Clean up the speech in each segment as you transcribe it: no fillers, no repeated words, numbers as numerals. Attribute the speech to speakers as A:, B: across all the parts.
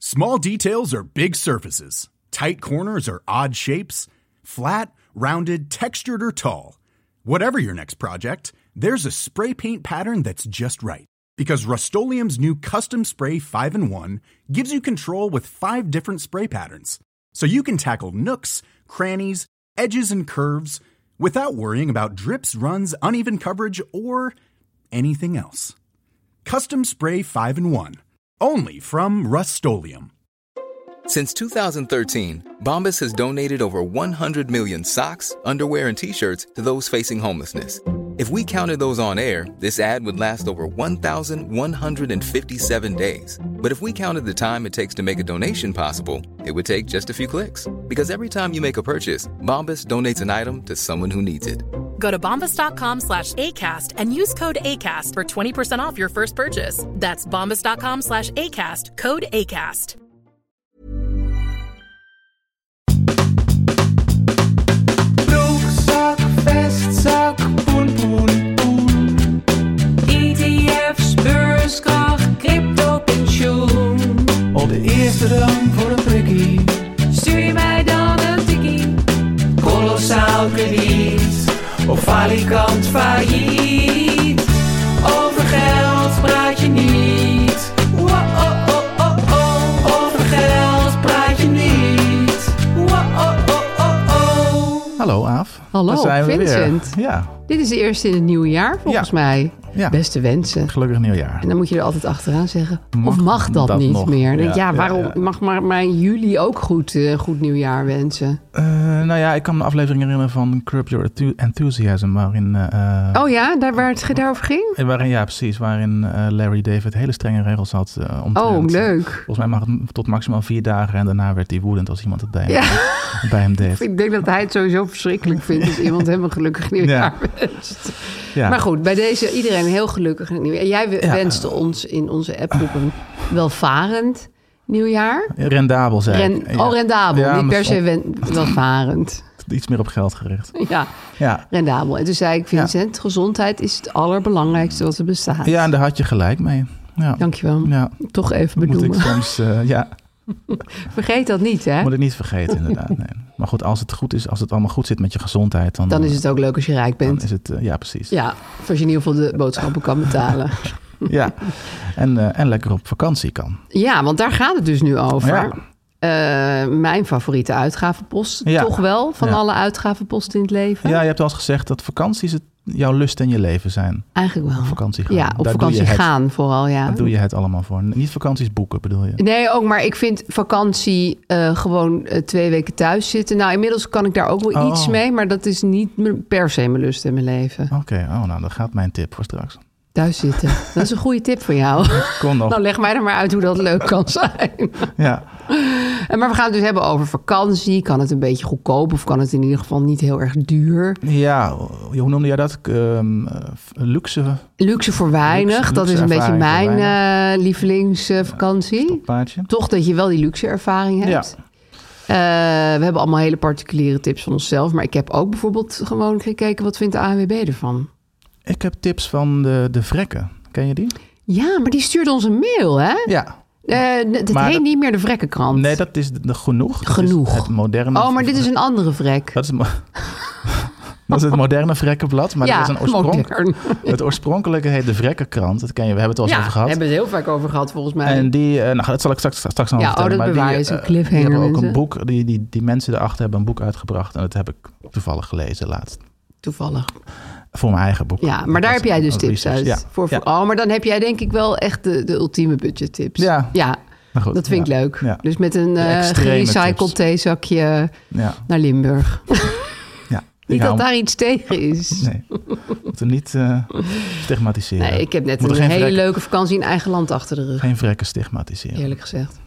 A: Small details are big surfaces. Tight corners are odd shapes. Flat, rounded, textured, or tall. Whatever your next project, there's a spray paint pattern that's just right. Because Rust-Oleum's new Custom Spray 5-in-1 gives you control with 5 different spray patterns. So you can tackle nooks, crannies, edges, and curves without worrying about drips, runs, uneven coverage, or anything else. Custom Spray 5-in-1. Only from Rust-Oleum.
B: Since 2013, Bombas has donated over 100 million socks, underwear, and T-shirts to those facing homelessness. If we counted those on air, this ad would last over 1,157 days. But if we counted the time it takes to make a donation possible, it would take just a few clicks. Because every time you make a purchase, Bombas donates an item to someone who needs it.
C: Go to bombas.com/ACAST and use code ACAST for 20% off your first purchase. That's bombas.com/ACAST, code ACAST.
D: Broekzak, vestzak, poen, poen, poen. ETF's, beurskracht, crypto, pensioen. Op de eerste rang voor een prikkie. Stuur je mij dan een tikkie? Kolossaal krediet. Of falikant failliet. Over geld praat je niet. Over geld praat je niet.
E: Hallo Aaf.
F: Hallo
E: Daar zijn we
F: Vincent.
E: weer. Ja.
F: Dit is de eerste in het nieuwe jaar volgens mij.
E: Ja.
F: Beste wensen.
E: Gelukkig nieuwjaar.
F: En dan moet je er altijd achteraan zeggen. Of mag dat niet
E: nog?
F: meer?
E: Ja,
F: Waarom
E: ja.
F: mag maar in juli ook goed nieuwjaar wensen?
E: Nou ja, ik kan me een aflevering herinneren van Curb Your Enthusiasm, waarin...
F: Oh ja, waar het daarover ging?
E: Waarin, ja, precies. Waarin Larry David hele strenge regels had.
F: Oh, leuk.
E: Volgens mij mag het tot maximaal 4 dagen. En daarna werd hij woedend als iemand het bij hem deed.
F: Ik denk dat hij het sowieso verschrikkelijk vindt als iemand hem een gelukkig nieuwjaar wenst.
E: Ja.
F: Maar goed, bij deze iedereen een heel gelukkig nieuwjaar. En jij wenste ons in onze appgroep een welvarend nieuwjaar.
E: Rendabel, zei ik.
F: Rendabel.
E: Ja,
F: niet per se welvarend.
E: Iets meer op geld gericht.
F: Ja, rendabel. En toen zei ik, Vincent, gezondheid is het allerbelangrijkste wat er bestaat.
E: Ja, en daar had je gelijk mee. Ja.
F: Dankjewel.
E: Ja.
F: Toch even benoemen.
E: Moet ik soms,
F: Vergeet dat niet, hè?
E: Moet ik niet vergeten, inderdaad. Nee. Maar goed, als het goed is, als het allemaal goed zit met je gezondheid... Dan
F: is het ook leuk als je rijk bent.
E: Dan is het, ja, precies.
F: Ja, als je in ieder geval de boodschappen kan betalen.
E: Ja, en lekker op vakantie kan.
F: Ja, want daar gaat het dus nu over.
E: Ja.
F: Mijn favoriete uitgavenpost, toch wel, van alle uitgavenposten in het leven.
E: Ja, je hebt al eens gezegd dat vakanties jouw lust en je leven zijn.
F: Eigenlijk wel.
E: Op vakantie gaan.
F: Ja, op vakantie gaan vooral, ja.
E: Daar doe je het allemaal voor. Niet vakanties boeken, bedoel je?
F: Nee, ook, maar ik vind vakantie gewoon 2 weken thuis zitten. Nou, inmiddels kan ik daar ook wel iets mee, maar dat is niet per se mijn lust en mijn leven.
E: Oké, nou, dan gaat mijn tip voor straks.
F: Thuis zitten. Dat is een goede tip van jou.
E: Kom nog.
F: Nou, leg mij er maar uit hoe dat leuk kan zijn.
E: Ja.
F: Maar we gaan het dus hebben over vakantie. Kan het een beetje goedkoop of kan het in ieder geval niet heel erg duur?
E: Ja, hoe noemde jij dat? Luxe?
F: Luxe voor weinig.
E: Luxe
F: dat is een beetje mijn lievelingsvakantie.
E: Stokpaardje.
F: Toch dat je wel die luxe ervaring hebt. Ja. We hebben allemaal hele particuliere tips van onszelf. Maar ik heb ook bijvoorbeeld gewoon gekeken... wat vindt de ANWB ervan?
E: Ik heb tips van de Vrekken. Ken je die?
F: Ja, maar die stuurde ons een mail, hè?
E: Ja.
F: Het heet niet meer de Vrekkenkrant.
E: Nee, dat is de Genoeg.
F: Genoeg.
E: Het moderne...
F: Oh, maar dit is een andere vrek.
E: Dat is het moderne Vrekkenblad. Maar
F: ja,
E: dat is het oorspronkelijke heet de Vrekkenkrant. Dat ken je, we hebben het al eens over gehad.
F: Ja, we hebben het heel vaak over gehad, volgens mij.
E: En die, dat zal ik straks nog vertellen.
F: Dat bewaren is een cliffhanger.
E: Die hebben ook een boek, die mensen erachter hebben een boek uitgebracht. En dat heb ik toevallig gelezen laatst.
F: Toevallig.
E: Voor mijn eigen boek.
F: Ja, maar daar heb jij dus tips uit.
E: Ja.
F: Oh, maar dan heb jij denk ik wel echt de ultieme budgettips.
E: Ja. Goed,
F: dat vind ik leuk.
E: Ja.
F: Dus met een gerecycled theezakje naar Limburg.
E: Ja.
F: Niet dat daar iets tegen is.
E: Nee, moeten niet stigmatiseren.
F: Nee, ik heb net een hele leuke vakantie in eigen land achter de rug.
E: Geen vrekken stigmatiseren.
F: Eerlijk gezegd.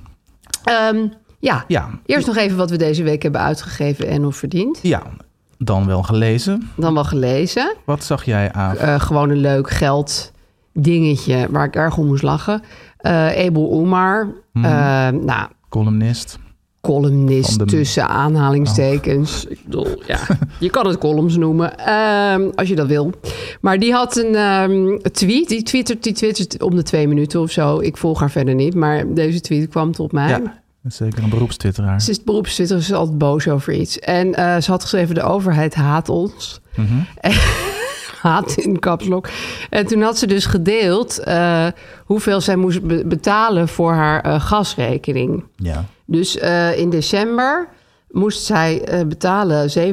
F: Eerst nog even wat we deze week hebben uitgegeven en of verdiend.
E: Ja, dan wel gelezen.
F: Wat
E: zag jij aan?
F: Gewoon een leuk geld dingetje waar ik erg om moest lachen. Ebel Umar.
E: Columnist.
F: columnist tussen aanhalingstekens. Ik bedoel, ja, je kan het columns noemen, als je dat wil. Maar die had een tweet. Die twittert om de 2 minuten of zo. Ik volg haar verder niet, maar deze tweet kwam tot mij.
E: Ja, zeker een beroepstwitteraar.
F: Ze is beroepstwitteraar, ze is altijd boos over iets. En ze had geschreven, de overheid haat ons.
E: Mm-hmm.
F: Haat in kapslok. En toen had ze dus gedeeld hoeveel zij moest betalen voor haar gasrekening.
E: Ja.
F: Dus in december moest zij betalen €1732,99.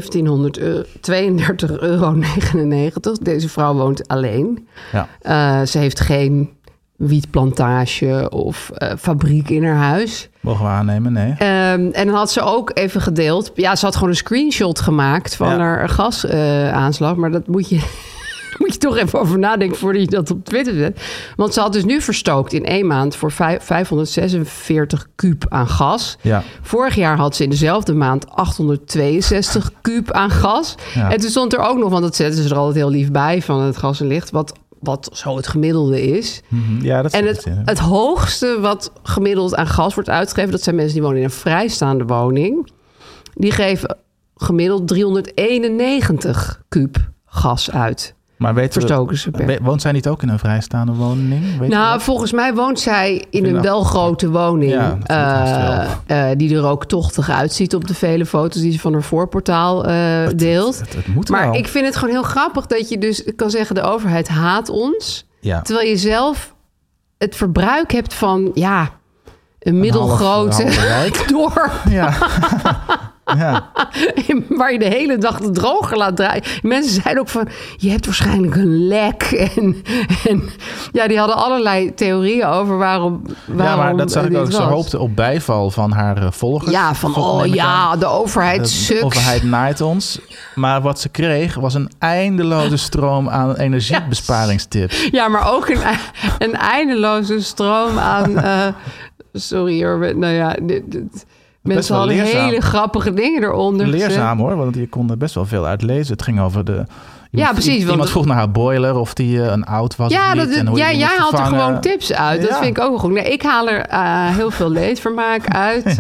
F: Deze vrouw woont alleen.
E: Ja.
F: Ze heeft geen wietplantage of fabriek in haar huis.
E: Mogen we aannemen, nee.
F: En dan had ze ook even gedeeld. Ja, ze had gewoon een screenshot gemaakt van haar gasaanslag. Maar dat moet je toch even over nadenken voordat je dat op Twitter zet. Want ze had dus nu verstookt in 1 maand voor 546 kuub aan gas.
E: Ja.
F: Vorig jaar had ze in dezelfde maand 862 kuub aan gas.
E: Ja.
F: En toen stond er ook nog, want dat zetten ze er altijd heel lief bij van het gas en licht, wat zo het gemiddelde is.
E: Ja, dat
F: en het hoogste wat gemiddeld aan gas wordt uitgegeven, dat zijn mensen die wonen in een vrijstaande woning. Die geven gemiddeld 391 kuub gas uit.
E: Maar
F: verstoken ze
E: woont zij niet ook in een vrijstaande woning?
F: Volgens mij woont zij in een wel grote woning. Die er ook tochtig uitziet op de vele foto's die ze van haar voorportaal deelt.
E: Het moet
F: maar
E: wel.
F: ik vind het gewoon heel grappig dat je dus kan zeggen, de overheid haat ons.
E: Ja.
F: Terwijl je zelf het verbruik hebt van een middelgrote dorp.
E: Ja. Ja.
F: Waar je de hele dag de droger laat draaien. Mensen zeiden ook van, je hebt waarschijnlijk een lek. En die hadden allerlei theorieën over waarom
E: ja, maar dat zag ik ook. Ze hoopte op bijval van haar volgers.
F: Ja, van de overheid sukt.
E: De overheid naait ons. Maar wat ze kreeg was een eindeloze stroom aan energiebesparingstips.
F: Ja, maar ook een eindeloze stroom aan... sorry hoor, nou ja... Mensen hadden hele grappige dingen eronder.
E: Leerzaam hoor, want je kon er best wel veel uit lezen. Het ging over de... Iemand vroeg naar haar boiler of die een oud was.
F: Ja,
E: jij
F: haalt er gewoon tips uit. Ja. Dat vind ik ook goed. Nee, ik haal er heel veel leedvermaak uit.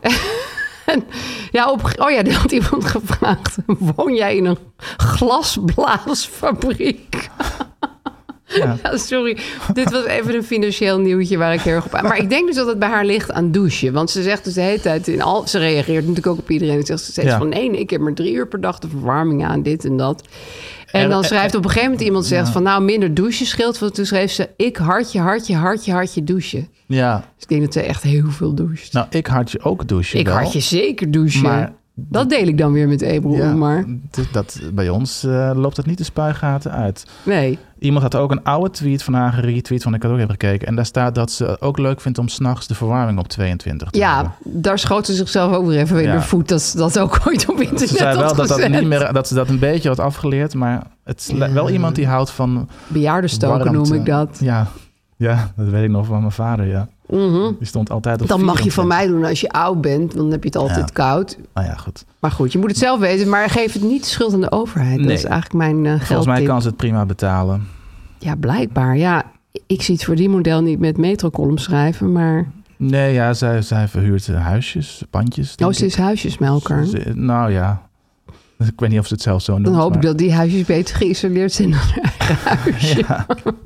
F: Ja. Er had iemand gevraagd. Woon jij in een glasblaasfabriek? Ja, sorry. Dit was even een financieel nieuwtje waar ik heel erg op aan. Maar ik denk dus dat het bij haar ligt aan douchen. Want ze zegt dus de hele tijd... Ze reageert natuurlijk ook op iedereen. Ze zegt steeds van... Nee, ik heb maar 3 uur per dag de verwarming aan, dit en dat. En dan schrijft op een gegeven moment iemand zegt van... minder douchen scheelt. Want toen schreef ze... Ik hartje douchen. Ja. Dus ik denk dat ze echt heel veel doucht.
E: Nou, ik hartje ook douchen.
F: Ik hartje zeker douchen. Maar... Dat deel ik dan weer met Ebro, maar...
E: Bij ons loopt het niet de spuigaten uit.
F: Nee.
E: Iemand had ook een oude tweet van haar geretweet, van ik had ook even gekeken. En daar staat dat ze ook leuk vindt om 's nachts de verwarming op 22 te hebben.
F: Daar schoot ze zichzelf ook weer even in de voet. Dat ook ooit op internet
E: ze zei wel dat ze dat een beetje had afgeleerd, maar het is wel iemand die houdt van...
F: Bejaardenstoken noem ik dat.
E: Ja, dat weet ik nog van mijn vader, ja.
F: Mm-hmm.
E: Die stond altijd op
F: Dan mag je van mij doen als je oud bent. Dan heb je het altijd koud.
E: Nou ja, goed.
F: Maar goed, je moet het zelf weten. Maar geef het niet de schuld aan de overheid. Nee. Dat is eigenlijk mijn geldtip.
E: Volgens mij kan ze het prima betalen.
F: Ja, blijkbaar. Ja, ik zie het voor die model niet met metrocolumns schrijven, maar...
E: Nee, ja, zij verhuurt huisjes, pandjes.
F: Ze is huisjesmelker.
E: Nou ja. Ik weet niet of ze het zelf zo noemt.
F: Dan hoop ik dat die huisjes beter geïsoleerd zijn dan haar eigen huisje. Ja.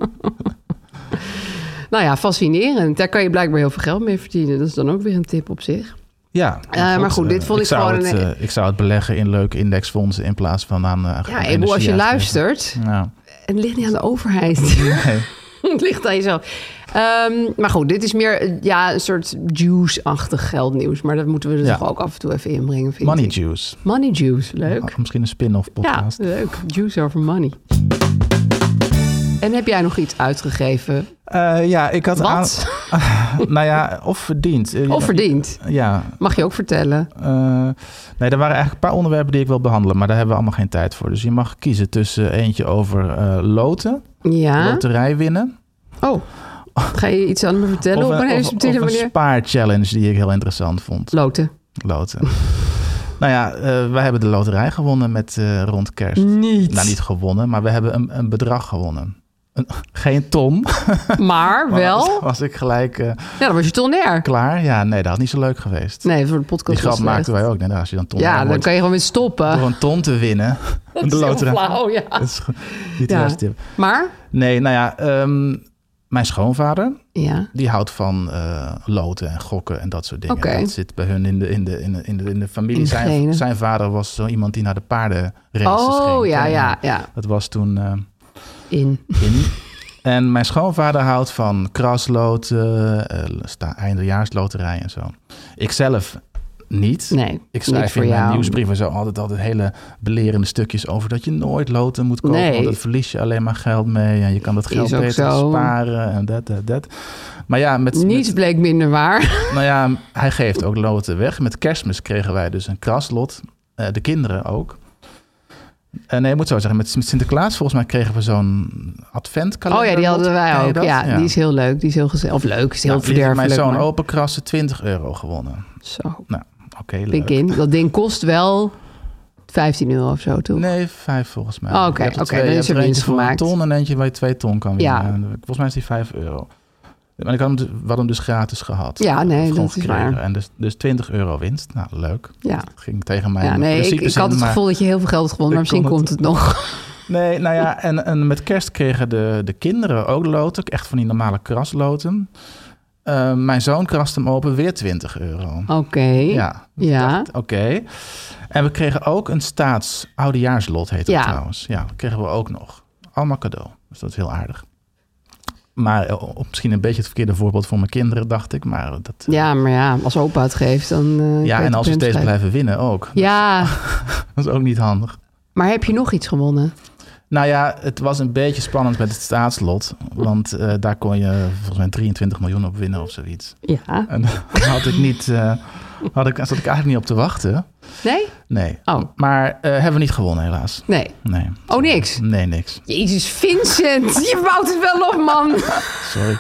F: Nou ja, fascinerend. Daar kan je blijkbaar heel veel geld mee verdienen. Dat is dan ook weer een tip op zich.
E: Ja,
F: maar goed, dit vond ik gewoon...
E: ik zou het beleggen in leuke indexfondsen in plaats van aan
F: energie. Als je luistert...
E: Ja.
F: Het ligt niet aan de overheid.
E: Nee.
F: Het ligt aan jezelf. Maar goed, dit is meer een soort juice-achtig geldnieuws. Maar dat moeten we er toch ook af en toe even inbrengen, vind
E: Money
F: ik.
E: Juice.
F: Money Juice, leuk.
E: Misschien een spin-off podcast.
F: Ja, leuk. Juice over money. En heb jij nog iets uitgegeven?
E: Ik had...
F: Wat?
E: Of verdiend.
F: Of verdiend?
E: Ja.
F: Mag je ook vertellen?
E: Nee, er waren eigenlijk een paar onderwerpen die ik wil behandelen, maar daar hebben we allemaal geen tijd voor. Dus je mag kiezen tussen eentje over loten, loterij winnen.
F: Oh, ga je iets aan me vertellen op een hele subtiele manier?
E: Of een spaarchallenge die ik heel interessant vond.
F: Loten.
E: Nou ja, wij hebben de loterij gewonnen met rond kerst.
F: Niet.
E: Nou, niet gewonnen, maar we hebben een bedrag gewonnen. Geen ton.
F: Maar wel...
E: Was ik gelijk...
F: ja, dan was je tonair.
E: Klaar? Ja, nee, dat had niet zo leuk geweest.
F: Nee, voor de podcast.
E: Die grap maakten wij ook. Nee, als je dan tonair
F: ja, dan
E: wordt,
F: kan je gewoon weer stoppen.
E: door een ton te winnen.
F: Dat is heel flauw, ja.
E: Dat is niet de beste tip.
F: Maar?
E: Nee, nou ja... mijn schoonvader, die houdt van loten en gokken en dat soort dingen.
F: Okay.
E: Dat zit bij hun in de familie. Zijn vader was zo iemand die naar de paardenraces ging.
F: Oh, ja.
E: Dat was toen...
F: In.
E: En mijn schoonvader houdt van krasloten, eindejaarsloterij en zo. Ik zelf niet.
F: Nee,
E: ik schrijf in mijn nieuwsbrieven zo altijd hele belerende stukjes over dat je nooit loten moet kopen. Want dan verlies je alleen maar geld mee en je kan dat geld beter sparen en dat. Maar ja,
F: niets bleek minder waar.
E: Nou ja, hij geeft ook loten weg. Met Kerstmis kregen wij dus een kraslot. De kinderen ook. Nee, ik moet zo zeggen, met Sinterklaas volgens mij kregen we zo'n adventkalender.
F: Oh ja, die hadden wij ook. Ja, die is heel leuk. Die is heel gezellig. Of leuk, is heel verderfelijk.
E: Mijn zoon openkrassen €20 gewonnen.
F: Zo.
E: Nou, oké, leuk.
F: Dat ding kost wel €15 of zo, toch?
E: Nee, 5 volgens mij.
F: Oh, oké, dan is er winst gemaakt.
E: Een ton en eentje waar je 2 ton kan winnen. Ja. Volgens mij is die €5. Maar we hadden hem dus gratis gehad.
F: Ja, nee, dat is waar.
E: En dus €20 winst. Nou, leuk.
F: Ja.
E: Dat ging tegen mijn
F: ik had het gevoel dat je heel veel geld had gewonnen, maar misschien komt het nog.
E: Nee, nou ja, en met kerst kregen de kinderen ook loten. Echt van die normale krasloten. Mijn zoon kraste hem open, weer €20.
F: Oké.
E: Ja. Oké. En we kregen ook een oudejaarsslot, heet het trouwens. Ja, dat kregen we ook nog. Allemaal cadeau. Dus dat is heel aardig. Maar misschien een beetje het verkeerde voorbeeld voor mijn kinderen, dacht ik. Maar
F: als opa het geeft, dan...
E: en als we steeds blijven winnen ook.
F: Ja.
E: Dat is ook niet handig.
F: Maar heb je nog iets gewonnen?
E: Nou ja, het was een beetje spannend met het staatslot. Want daar kon je volgens mij 23 miljoen op winnen of zoiets.
F: Ja.
E: En daar had ik niet... zat ik eigenlijk niet op te wachten.
F: Nee?
E: Nee.
F: Oh. Maar
E: hebben we niet gewonnen, helaas.
F: Nee. Oh, niks?
E: Nee, niks.
F: Jezus, Vincent, je bouwt het wel op, man.
E: Sorry.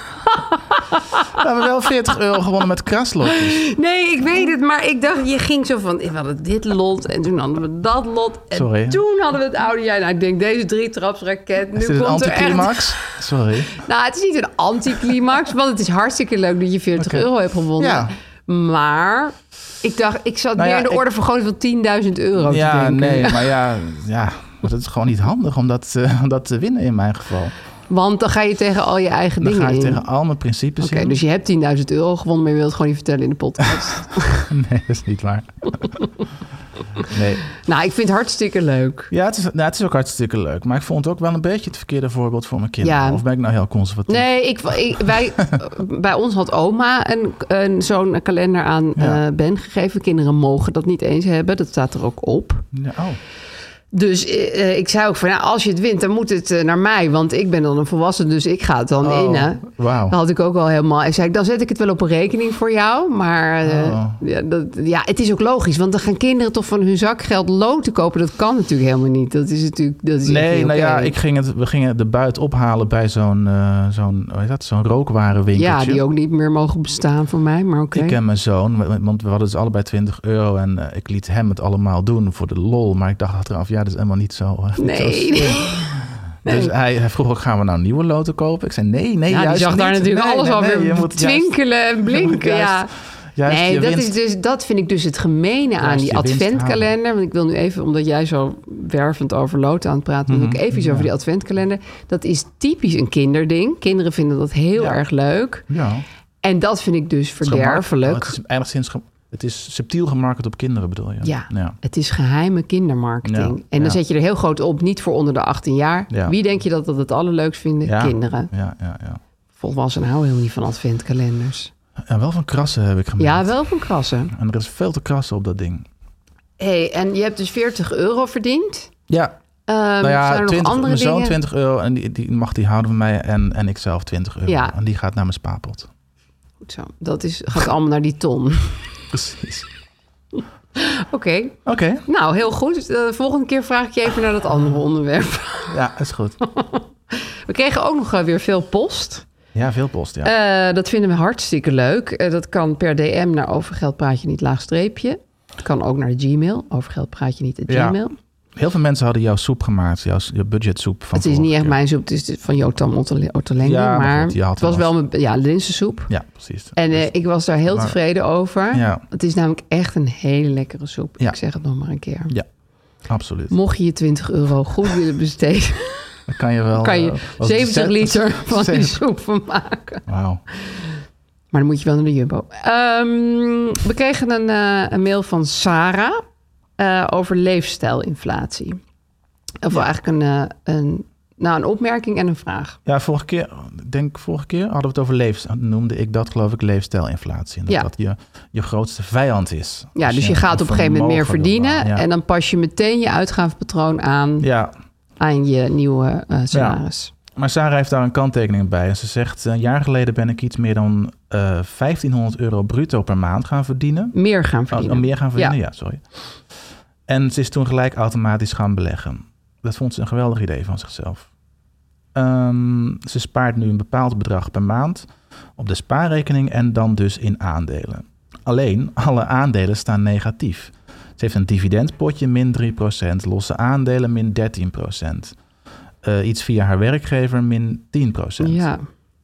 E: We hebben wel €40 gewonnen met kraslotjes.
F: Nee, ik weet het, maar ik dacht, je ging zo van... We hadden dit lot en toen hadden we dat lot. En toen hadden we het oudejaar. Nou, ik denk, deze 3-trapsraket, nu komt er echt...
E: Is dit een anticlimax? Sorry.
F: Nou, het is niet een anticlimax, want het is hartstikke leuk dat je €40 hebt gewonnen. Ja. Maar... Ik dacht, ik zat meer in de orde van gewoon van €10.000 te denken.
E: Ja, nee, maar maar dat is gewoon niet handig om dat te winnen in mijn geval.
F: Want dan ga je tegen al je eigen dingen in.
E: Dan ga je tegen al mijn principes in.
F: Oké, dus je hebt €10.000 gewonnen, maar je wilt het gewoon niet vertellen in de podcast.
E: Nee, dat is niet waar. Nee.
F: Nou, ik vind het hartstikke leuk.
E: Ja, het is ook hartstikke leuk. Maar ik vond het ook wel een beetje het verkeerde voorbeeld voor mijn kinderen. Ja. Of ben ik nou heel conservatief?
F: Nee, bij ons had oma zo'n kalender aan Ben gegeven. Kinderen mogen dat niet eens hebben. Dat staat er ook op.
E: Ja,
F: Dus ik zei ook van, als je het wint, dan moet het naar mij. Want ik ben dan een volwassene, dus ik ga het dan innen.
E: Wow.
F: Dat had ik ook wel helemaal. Ik zei, dan zet ik het wel op een rekening voor jou. Maar het is ook logisch. Want dan gaan kinderen toch van hun zakgeld loten kopen. Dat kan natuurlijk helemaal niet. Dat is natuurlijk...
E: Nee, nou ja, we gingen de buit ophalen bij zo'n rookwarenwinkeltje.
F: Ja, die ook niet meer mogen bestaan voor mij, maar oké.
E: Ik en mijn zoon, want we hadden dus allebei €20 en ik liet hem het allemaal doen voor de lol. Maar ik dacht achteraf, dat is helemaal niet zo.
F: Nee.
E: Dus hij vroeg ook, gaan we nou nieuwe loten kopen? Ik zei nee,
F: ja,
E: juist
F: die zag
E: niet.
F: daar natuurlijk alles alweer twinkelen en blinken. Dat vind ik dus het gemene aan die adventkalender. Want ik wil nu even, omdat jij zo wervend over loten aan het praten... wil ik even iets over die adventkalender. Dat is typisch een kinderding. Kinderen vinden dat heel erg leuk. Ja. En dat vind ik dus verderfelijk.
E: Het is enigszins... Het is subtiel gemarket op kinderen, bedoel je?
F: Ja. Het is geheime kindermarketing. Ja. En dan zet je er heel groot op, niet voor onder de 18 jaar. Ja. Wie denk je dat het allerleukst vinden? Ja. Kinderen.
E: Ja.
F: Volwassenen houden helemaal niet van adventkalenders.
E: Ja, wel van krassen heb ik gemerkt.
F: Ja, wel van krassen.
E: En er is veel te krassen op dat ding.
F: En je hebt dus €40 verdiend?
E: Ja.
F: Zijn er nog andere
E: mijn zoon
F: dingen?
E: €20 en die mag die houden van mij en ik zelf €20. Ja. En die gaat naar mijn spaarpot.
F: Goed zo. Dat gaat allemaal naar die ton.
E: Precies.
F: Oké. Nou, heel goed. De volgende keer vraag ik je even naar dat andere onderwerp.
E: Ja, is goed.
F: We kregen ook nog weer veel post.
E: Ja, veel post, ja.
F: Dat vinden we hartstikke leuk. Dat kan per DM naar overgeldpraatje niet _. Het kan ook naar Gmail. Overgeldpraatje niet @gmail.
E: Heel veel mensen hadden jouw soep gemaakt, jouw budgetsoep van
F: Het is niet echt mijn soep, het is van Jotam Ottolenghi.
E: Ja,
F: maar
E: goed,
F: het was wel mijn linzensoep.
E: Ja, precies.
F: En ik was daar heel tevreden over.
E: Ja.
F: Het is namelijk echt een hele lekkere soep.
E: Ja.
F: Ik zeg het nog maar een keer.
E: Ja, absoluut.
F: Mocht je je €20 goed willen besteden,
E: Dan kan je wel...
F: kan je
E: als
F: 70 liter van die
E: 70.
F: soep van maken.
E: Wauw.
F: Maar dan moet je wel naar de Jumbo. We kregen een mail van Sarah over leefstijlinflatie. Of eigenlijk een opmerking en een vraag.
E: Ja, vorige keer hadden we het over noemde ik dat, geloof ik, leefstijlinflatie. En dat je grootste vijand is.
F: Ja, dus je gaat op een gegeven moment meer verdienen. En dan pas je meteen je uitgavenpatroon aan je nieuwe salaris.
E: Ja. Maar Sarah heeft daar een kanttekening bij. En ze zegt, een jaar geleden ben ik iets meer dan €1.500 bruto per maand gaan verdienen.
F: Meer gaan verdienen.
E: Meer gaan verdienen, ja, sorry. En ze is toen gelijk automatisch gaan beleggen. Dat vond ze een geweldig idee van zichzelf. Ze spaart nu een bepaald bedrag per maand op de spaarrekening en dan dus in aandelen. Alleen, alle aandelen staan negatief. Ze heeft een dividendpotje min 3%, losse aandelen min 13%. Iets via haar werkgever min 10%.
F: Ja.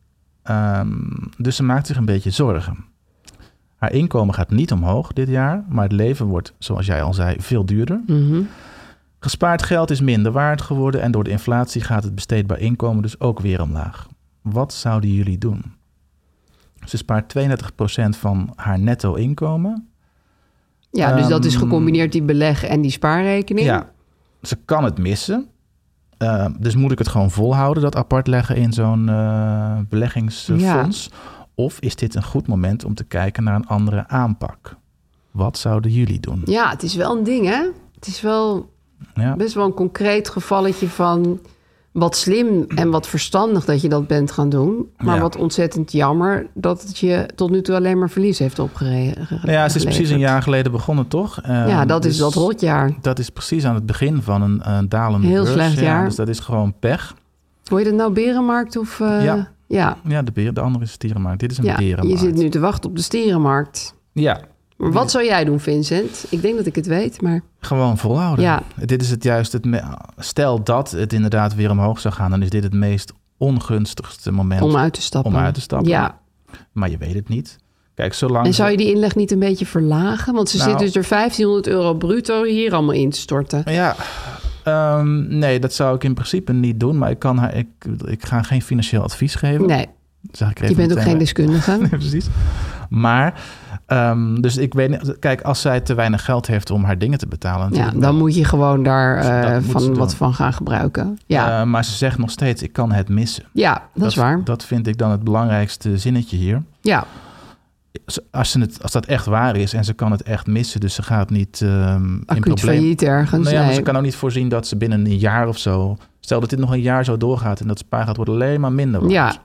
E: Dus ze maakt zich een beetje zorgen. Haar inkomen gaat niet omhoog dit jaar, maar het leven wordt, zoals jij al zei, veel duurder.
F: Mm-hmm.
E: Gespaard geld is minder waard geworden en door de inflatie gaat het besteedbaar inkomen dus ook weer omlaag. Wat zouden jullie doen? Ze spaart 32% van haar netto inkomen.
F: Ja, dus dat is gecombineerd die beleg en die spaarrekening.
E: Ja, ze kan het missen. Dus moet ik het gewoon volhouden, dat apart leggen in zo'n beleggingsfonds? Ja. Of is dit een goed moment om te kijken naar een andere aanpak? Wat zouden jullie doen?
F: Ja, het is wel een ding, hè? Het is wel best wel een concreet gevalletje van wat slim en wat verstandig dat je dat bent gaan doen. Maar wat ontzettend jammer dat het je tot nu toe alleen maar verlies heeft opgeleverd.
E: Ja, het is precies een jaar geleden begonnen, toch?
F: Dat is dat rotjaar.
E: Dat is precies aan het begin van een dalende
F: heel
E: beurs.
F: Slecht jaar.
E: Dus dat is gewoon pech.
F: Hoor je dat nou berenmarkt of...
E: Ja, de andere is stierenmarkt. Dit is een berenmarkt.
F: Je zit nu te wachten op de stierenmarkt.
E: Ja.
F: Maar wat zou jij doen, Vincent? Ik denk dat ik het weet, maar...
E: Gewoon volhouden.
F: Ja.
E: Dit is het juist... Stel dat het inderdaad weer omhoog zou gaan... dan is dit het meest ongunstigste moment...
F: Om uit te stappen.
E: Ja. Maar je weet het niet. Kijk, zolang...
F: En zou je die inleg niet een beetje verlagen? Want ze zit dus er €1.500 bruto hier allemaal in te storten.
E: Ja, nee, dat zou ik in principe niet doen. Maar ik ga geen financieel advies geven.
F: Nee,
E: zeg ik
F: je bent ook geen deskundige.
E: Nee, precies. Maar, dus ik weet niet... Kijk, als zij te weinig geld heeft om haar dingen te betalen...
F: Ja, dan moet je gewoon daar wat van gaan gebruiken. Ja.
E: Maar ze zegt nog steeds, ik kan het missen.
F: Ja, dat is waar.
E: Dat vind ik dan het belangrijkste zinnetje hier.
F: Ja.
E: Als dat echt waar is en ze kan het echt missen... dus ze gaat niet
F: acuut failliet ergens.
E: Maar ze kan ook niet voorzien dat ze binnen een jaar of zo... Stel dat dit nog een jaar zo doorgaat... en dat spaargeld wordt alleen maar minder waard.
F: Ja.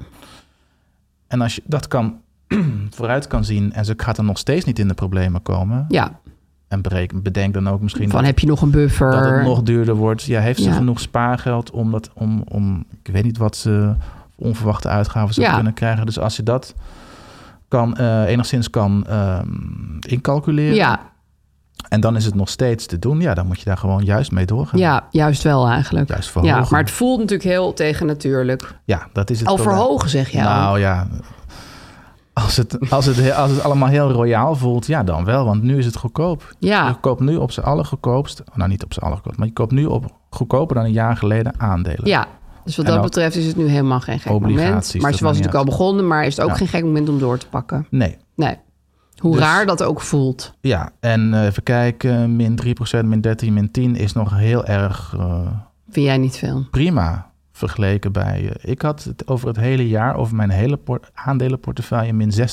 E: En als je dat vooruit kan zien... en ze gaat dan nog steeds niet in de problemen komen...
F: Ja.
E: En bedenk dan ook misschien...
F: heb je nog een buffer?
E: Dat het nog duurder wordt. Ja, heeft ze genoeg spaargeld om ik weet niet wat ze onverwachte uitgaven zou kunnen krijgen. Dus als je dat enigszins kan incalculeren...
F: Ja.
E: En dan is het nog steeds te doen. Ja, dan moet je daar gewoon juist mee doorgaan.
F: Ja, juist wel eigenlijk.
E: Juist verhogen.
F: Ja, maar het voelt natuurlijk heel tegennatuurlijk.
E: Ja, dat is het.
F: Al verhogen, zeg je al.
E: Nou ja, als het allemaal heel royaal voelt, ja, dan wel. Want nu is het goedkoop.
F: Ja.
E: Je koopt nu op z'n allergoedkoopst... Nou, niet op z'n allergoedkoopst, maar je koopt nu op goedkoper dan een jaar geleden aandelen.
F: Ja, dus wat dat betreft is het nu helemaal geen gek moment. Maar ze was natuurlijk al begonnen, maar is het ook geen gek moment om door te pakken.
E: Nee.
F: Hoe raar dat ook voelt.
E: Ja, en even kijken, min 3%, min 13, min 10 is nog heel erg...
F: Vind jij niet veel?
E: Prima, vergeleken bij... ik had het over het hele jaar, over mijn hele aandelenportefeuille, min 16%.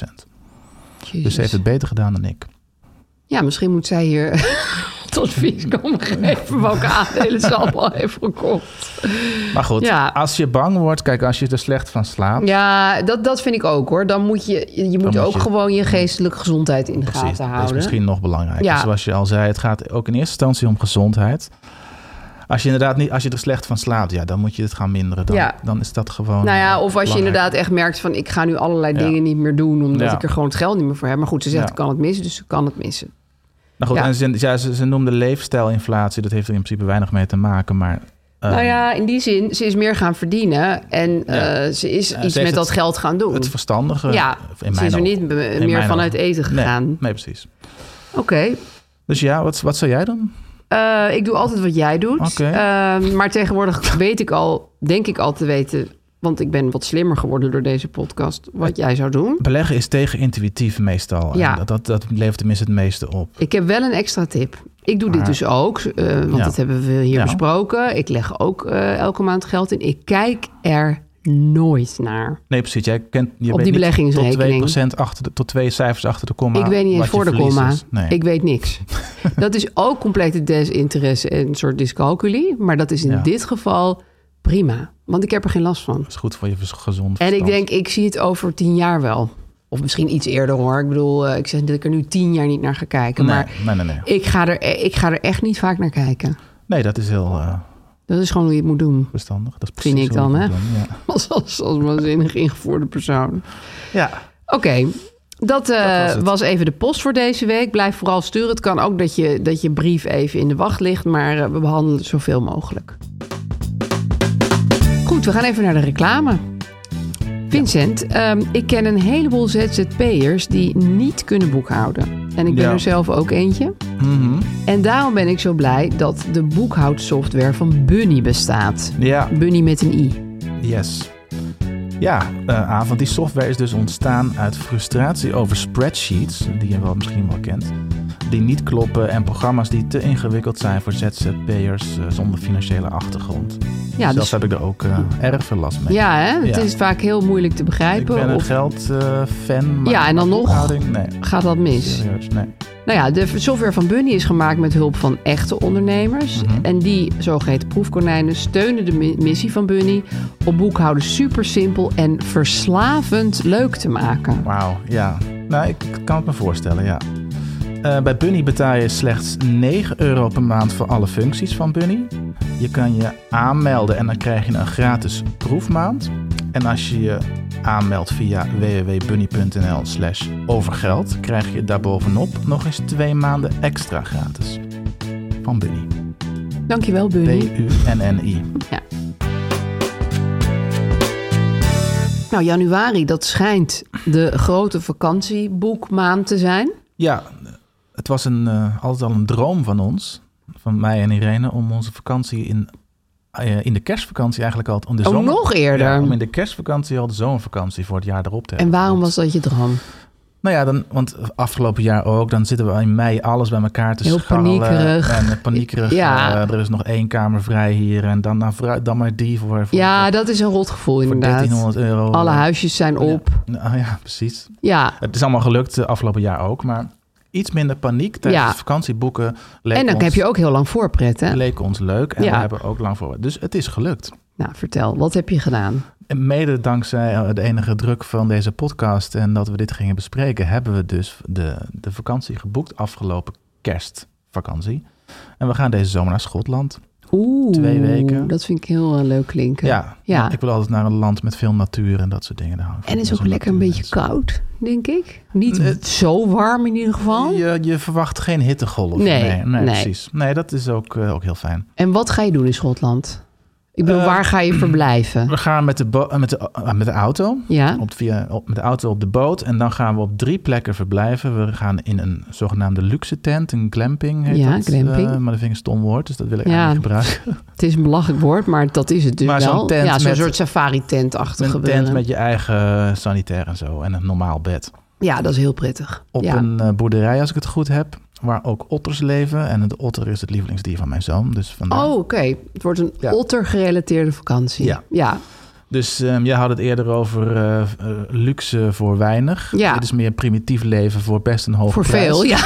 F: Jezus.
E: Dus ze heeft het beter gedaan dan ik.
F: Ja, misschien moet zij hier tot advies komen geven welke aandelen ze allemaal heeft gekocht.
E: Maar goed, als je bang wordt, kijk, als je er slecht van slaapt...
F: Ja, dat vind ik ook hoor. Dan moet je moet ook gewoon je geestelijke gezondheid in de gaten houden.
E: Dat is misschien nog belangrijker. Ja. Zoals je al zei, het gaat ook in eerste instantie om gezondheid. Als je er slecht van slaapt, ja, dan moet je het gaan minderen. Dan is dat gewoon...
F: Nou ja, of als je inderdaad echt merkt van... ik ga nu allerlei dingen niet meer doen... omdat ik er gewoon het geld niet meer voor heb. Maar goed, ze zegt, ik kan het missen, dus ze kan het missen.
E: Nou goed, en ze noemde leefstijlinflatie. Dat heeft er in principe weinig mee te maken, maar...
F: nou ja, in die zin, ze is meer gaan verdienen en ze is iets met dat geld gaan doen.
E: Het verstandige.
F: Ja, ze is er niet meer vanuit eten gegaan.
E: Nee, precies.
F: Oké.
E: Dus ja, wat zou jij doen?
F: Ik doe altijd wat jij doet.
E: Okay.
F: Maar tegenwoordig denk ik al te weten... want ik ben wat slimmer geworden door deze podcast... wat jij zou doen.
E: Beleggen is tegenintuïtief meestal.
F: Ja.
E: En dat levert tenminste het meeste op.
F: Ik heb wel een extra tip. Ik doe dit dus ook, want dat hebben we hier besproken. Ik leg ook elke maand geld in. Ik kijk er nooit naar.
E: Nee, precies. Jij
F: op die beleggingsrekening.
E: Tot 2 cijfers achter de komma.
F: Ik weet niet eens voor de komma.
E: Nee.
F: Ik weet niks. Dat is ook complete desinteresse en een soort dyscalculie. Maar dat is in dit geval prima. Want ik heb er geen last van.
E: Dat is goed voor je gezond verstand.
F: En ik denk, ik zie het over 10 jaar wel. Of misschien iets eerder hoor. Ik bedoel, ik zeg dat ik er nu 10 jaar niet naar ga kijken.
E: Nee,
F: maar
E: nee.
F: Ik ga er echt niet vaak naar kijken.
E: Nee, dat is heel...
F: dat is gewoon hoe je het moet doen.
E: Verstandig. Dat is precies
F: vind ik dan, hè?
E: Ja.
F: Als waanzinnig ingevoerde persoon.
E: Ja.
F: Oké. Dat was even de post voor deze week. Blijf vooral sturen. Het kan ook dat je brief even in de wacht ligt. Maar we behandelen het zoveel mogelijk. Goed, we gaan even naar de reclame. Vincent, ik ken een heleboel ZZP'ers die niet kunnen boekhouden. En ik ben er zelf ook eentje.
E: Mm-hmm.
F: En daarom ben ik zo blij dat de boekhoudsoftware van Bunny bestaat.
E: Ja.
F: Bunny met een i.
E: Yes. Ja, want die software is dus ontstaan uit frustratie over spreadsheets, die je misschien wel kent, die niet kloppen en programma's die te ingewikkeld zijn voor ZZP'ers zonder financiële achtergrond. Ja, zelf heb ik er ook erg veel last mee.
F: Ja, hè? Het is vaak heel moeilijk te begrijpen.
E: Ik ben een geldfan.
F: Ja, en dan nog gaat dat mis.
E: Serieus, nee.
F: Nou ja, de software van Bunny is gemaakt met hulp van echte ondernemers. Mm-hmm. En die zogeheten proefkonijnen steunen de missie van Bunny om boekhouden super simpel en verslavend leuk te maken.
E: Wauw, ja. Nou, ik kan het me voorstellen, ja. Bij Bunny betaal je slechts €9 per maand voor alle functies van Bunny. Je kan je aanmelden en dan krijg je een gratis proefmaand. En als je je aanmeldt via www.bunny.nl/overgeld... krijg je daarbovenop nog eens 2 maanden extra gratis. Van Bunny.
F: Dankjewel, Bunny.
E: BUNNI.
F: Ja. Nou, januari, dat schijnt de grote vakantieboekmaand te zijn.
E: Ja, het was altijd al een droom van ons, van mij en Irene, om onze vakantie in de kerstvakantie eigenlijk al...
F: nog eerder?
E: Ja, om in de kerstvakantie al de zomervakantie voor het jaar erop te hebben.
F: En waarom was dat je droom?
E: Nou ja, want afgelopen jaar ook, dan zitten we in mei alles bij elkaar te
F: heel
E: scharrelen.
F: Paniekerig.
E: En paniekerig. Ja. Er is nog 1 kamer vrij hier en dan maar die voor
F: ja, dat is een rotgevoel inderdaad.
E: Voor €1300.
F: Alle huisjes zijn op.
E: Ja, precies.
F: Ja.
E: Het is allemaal gelukt afgelopen jaar ook, maar iets minder paniek tijdens het vakantieboeken.
F: En dan heb je ook heel lang voorpret, hè?
E: Leek ons leuk en we hebben ook lang voorpret. Dus het is gelukt.
F: Nou, vertel, wat heb je gedaan?
E: En mede dankzij de enige druk van deze podcast en dat we dit gingen bespreken, hebben we dus de vakantie geboekt, afgelopen kerstvakantie. En we gaan deze zomer naar Schotland. 2 weken.
F: Dat vind ik heel leuk klinken.
E: Ja, ik wil altijd naar een land met veel natuur en dat soort dingen.
F: En het is ook lekker een beetje koud, denk ik. Niet zo warm in ieder geval.
E: Je verwacht geen hittegolf. Nee, precies. Nee, dat is ook heel fijn.
F: En wat ga je doen in Schotland? Ik bedoel, waar ga je verblijven?
E: We gaan met de auto.
F: Ja.
E: Met de auto op de boot. En dan gaan we op 3 plekken verblijven. We gaan in een zogenaamde luxe tent. Een glamping heet dat.
F: Glamping.
E: Maar dat vind ik een stom woord. Dus dat wil ik eigenlijk niet gebruiken.
F: Het is een belachelijk woord, maar dat is het dus
E: maar
F: wel.
E: Zo'n tent
F: zo'n soort safari-tent-achtige
E: een tent met je eigen sanitair en zo. En een normaal bed.
F: Ja, dat is heel prettig.
E: Op een boerderij, als ik het goed heb. Waar ook otters leven. En de otter is het lievelingsdier van mijn zoon. Dus vandaar...
F: Oh, oké. Het wordt een otter-gerelateerde vakantie.
E: Ja. Dus jij had het eerder over luxe voor weinig.
F: Ja.
E: Dit is meer primitief leven voor best een hoge prijs.
F: Voor veel, ja.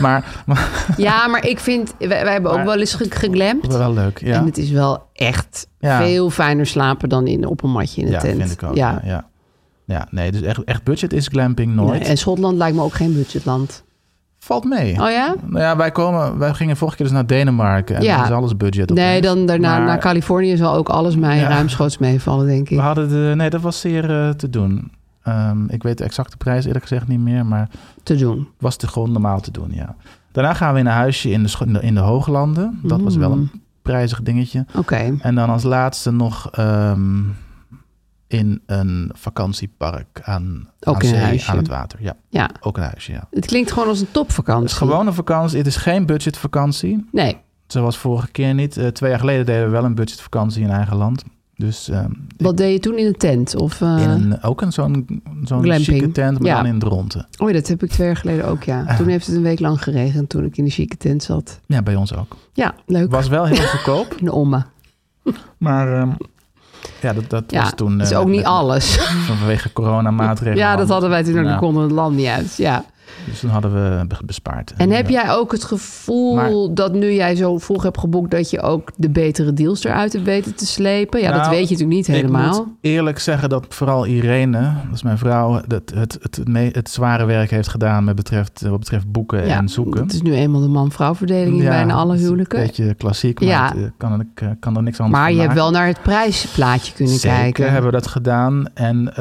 E: Maar
F: ik vind... Wij hebben ook wel eens geglampt.
E: Wel leuk, ja.
F: En het is wel echt veel fijner slapen dan op een matje in de tent.
E: Ja, vind ik ook. Ja, nee, dus echt budget is glamping nooit. Nee,
F: en Schotland lijkt me ook geen budgetland.
E: Valt mee.
F: Oh ja?
E: Nou ja, wij gingen vorige keer dus naar Denemarken. En dan is alles budget.
F: Nee, dan daarna naar Californië zal ook alles mij ruimschoots meevallen, denk ik.
E: Dat was zeer te doen. Ik weet de exacte prijs eerlijk gezegd niet meer, maar...
F: Te doen.
E: Was het gewoon normaal te doen, ja. Daarna gaan we in een huisje in de Hooglanden. Dat was wel een prijzig dingetje.
F: Oké.
E: En dan als laatste nog in een vakantiepark aan zee, aan het water. Ja, ook een huisje, ja.
F: Het klinkt gewoon als een topvakantie.
E: Het is gewoon een vakantie. Het is geen budgetvakantie.
F: Nee.
E: Zoals vorige keer niet. 2 jaar geleden deden we wel een budgetvakantie in eigen land. Dus,
F: wat deed je toen in een tent? Of,
E: ook zo'n chique tent, maar dan in Dronten.
F: Oh, dat heb ik 2 jaar geleden ook, ja. Toen heeft het een week lang geregend toen ik in de chique tent zat.
E: Ja, bij ons ook.
F: Ja, leuk.
E: Was wel heel goedkoop.
F: In Omme.
E: Maar dat was toen...
F: Dat is ook niet alles.
E: Vanwege coronamaatregelen.
F: Ja, dat hadden wij toen. Dan konden het land niet uit, ja.
E: Dus toen hadden we bespaard.
F: En heb jij ook het gevoel dat nu jij zo vroeg hebt geboekt... dat je ook de betere deals eruit hebt weten te slepen? Ja, dat weet je natuurlijk niet helemaal.
E: Ik moet eerlijk zeggen dat vooral Irene, dat is mijn vrouw... het zware werk heeft gedaan wat betreft boeken en zoeken.
F: Het is nu eenmaal de man-vrouw verdeling in bijna alle huwelijken.
E: Een beetje klassiek, maar ik kan er niks anders van
F: Maar
E: maken.
F: je hebt wel naar het prijsplaatje kunnen kijken.
E: Zeker hebben we dat gedaan. En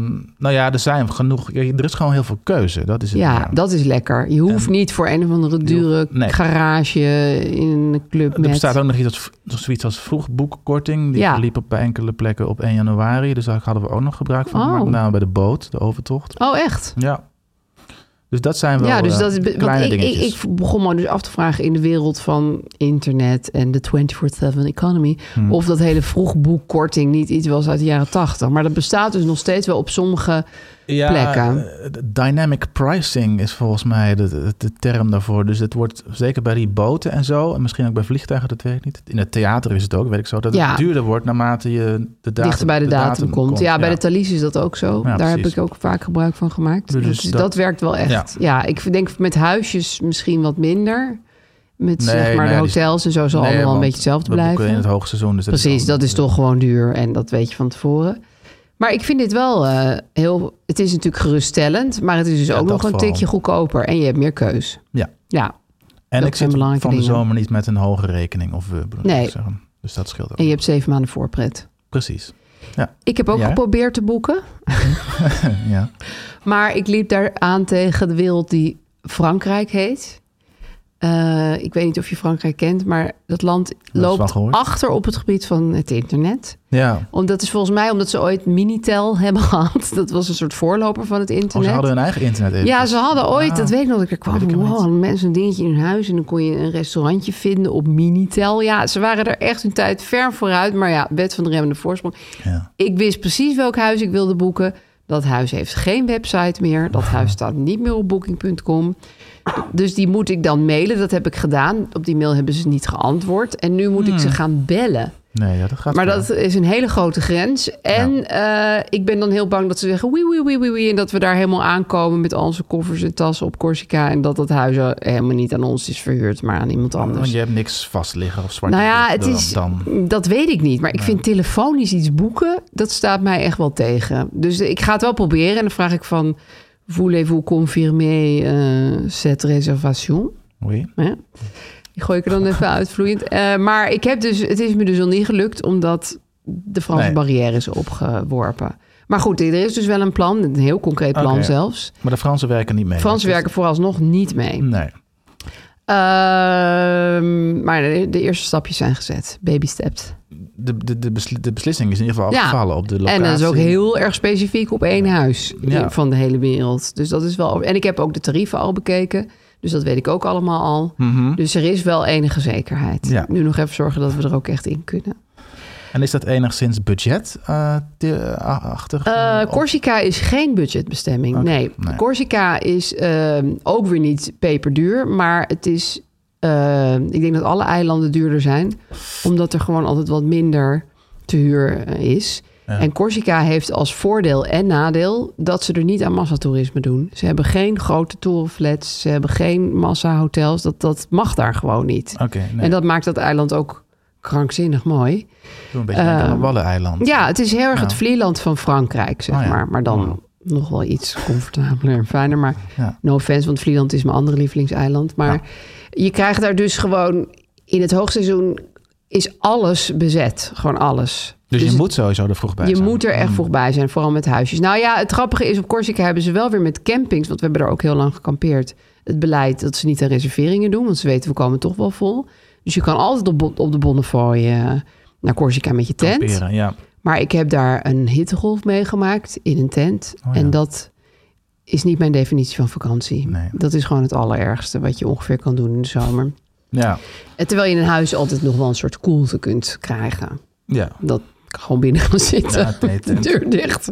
E: er zijn genoeg... Er is gewoon heel veel keuze, dat is het.
F: Ja, dat is lekker. Je hoeft niet voor een of andere dure garage in een club met...
E: Er bestaat ook nog zoiets als vroegboekkorting. Die verliep op enkele plekken op 1 januari. Dus daar hadden we ook nog gebruik van gemaakt. Met name bij de boot, de overtocht.
F: Oh, echt?
E: Ja. Dus dat zijn wel kleine dingetjes.
F: Ik begon me dus af te vragen in de wereld van internet en de 24/7 economy... of dat hele vroegboekkorting niet iets was uit de jaren 80. Maar dat bestaat dus nog steeds wel op sommige plekken.
E: Dynamic pricing is volgens mij de term daarvoor. Dus het wordt zeker bij die boten en zo... en misschien ook bij vliegtuigen, dat weet ik niet. In het theater is het ook, weet ik zo... dat het duurder wordt naarmate je de datum...
F: dichter bij de datum komt. Ja, bij de Thalys is dat ook zo.
E: Ja,
F: daar heb ik ook vaak gebruik van gemaakt. Dus dat werkt wel echt. Ja, ik denk met huisjes misschien wat minder... Met de hotels en zo zal allemaal wel een beetje hetzelfde blijven.
E: In het hoogseizoen. Dus
F: precies, dat is toch gewoon duur en dat weet je van tevoren. Maar ik vind dit wel heel... Het is natuurlijk geruststellend, maar het is dus ook nog een tikje goedkoper. En je hebt meer keus. Ja.
E: En ik zit van de zomer niet met een hoge rekening. Zeggen. Dus dat scheelt ook.
F: En je hebt 7 maanden voorpret.
E: Precies. Ja.
F: Ik heb ook geprobeerd te boeken.
E: Ja.
F: Maar ik liep daar aan tegen de wereld die Frankrijk heet. Ik weet niet of je Frankrijk kent, maar dat land loopt achter op het gebied van het internet.
E: Ja.
F: Dat is volgens mij omdat ze ooit Minitel hebben gehad. Dat was een soort voorloper van het internet.
E: Ze hadden hun eigen internet.
F: Ja, ze hadden ooit, dat weet ik nog, dat ik er kwam. Wow, mensen een dingetje in hun huis en dan kon je een restaurantje vinden op Minitel. Ja, ze waren er echt hun tijd ver vooruit. Maar ja, wet van de remmende voorsprong. Ja. Ik wist precies welk huis ik wilde boeken. Dat huis heeft geen website meer. Dat huis staat niet meer op booking.com. Dus die moet ik dan mailen. Dat heb ik gedaan. Op die mail hebben ze niet geantwoord. En nu moet ik ze gaan bellen.
E: Nee, ja, dat gaat
F: maar dat is een hele grote grens. En ik ben dan heel bang dat ze zeggen... Wee. En dat we daar helemaal aankomen met al onze koffers en tassen op Corsica. En dat huis helemaal niet aan ons is verhuurd, maar aan iemand anders.
E: Want je hebt niks vast liggen of zwart.
F: Nou ja, dat weet ik niet. Maar ik vind telefonisch iets boeken, dat staat mij echt wel tegen. Dus ik ga het wel proberen. En dan vraag ik van... Voulez-vous confirmer cette réservation?
E: Oui.
F: Ja. Die gooi ik er dan even uitvloeiend. Maar het is me dus al niet gelukt... omdat de Franse barrière is opgeworpen. Maar goed, er is dus wel een plan. Een heel concreet plan zelfs.
E: Maar de Fransen werken niet mee?
F: Fransen werken vooralsnog niet mee.
E: Nee.
F: Maar de eerste stapjes zijn gezet. Baby steps.
E: De beslissing is in ieder geval afgevallen op de locatie.
F: En dat is ook heel erg specifiek op één huis van de hele wereld. Dus dat is wel... En ik heb ook de tarieven al bekeken. Dus dat weet ik ook allemaal al. Mm-hmm. Dus er is wel enige zekerheid. Ja. Nu nog even zorgen dat we er ook echt in kunnen.
E: En is dat enigszins budgetachtig?
F: Corsica is geen budgetbestemming. Okay, nee. Corsica is ook weer niet peperduur. Maar het is... ik denk dat alle eilanden duurder zijn. Omdat er gewoon altijd wat minder te huur is. Ja. En Corsica heeft als voordeel en nadeel... dat ze er niet aan massatoerisme doen. Ze hebben geen grote torenflats. Ze hebben geen massahotels. Dat mag daar gewoon niet.
E: Okay, nee.
F: En dat maakt dat eiland ook krankzinnig mooi.
E: Een beetje aan een Waddeneiland.
F: Ja, het is heel erg het Vlieland van Frankrijk, zeg maar. Maar dan nog wel iets comfortabeler en fijner. Maar no offense, want Vlieland is mijn andere lievelingseiland. Maar je krijgt daar dus gewoon... In het hoogseizoen is alles bezet. Gewoon alles.
E: Dus je moet sowieso er vroeg bij zijn.
F: Je moet er echt vroeg bij zijn, vooral met huisjes. Nou ja, het grappige is, op Corsica hebben ze wel weer met campings... want we hebben er ook heel lang gekampeerd... het beleid dat ze niet aan reserveringen doen... want ze weten, we komen toch wel vol. Dus je kan altijd op de Bonnefoy naar Corsica met je tent.
E: Kamperen, ja.
F: Maar ik heb daar een hittegolf meegemaakt in een tent. Oh, ja. En dat is niet mijn definitie van vakantie.
E: Nee.
F: Dat is gewoon het allerergste wat je ongeveer kan doen in de zomer.
E: Ja.
F: En terwijl je in een huis altijd nog wel een soort koelte kunt krijgen.
E: Ja.
F: Dat kan gewoon binnen gaan zitten. Ja, met de deur dicht.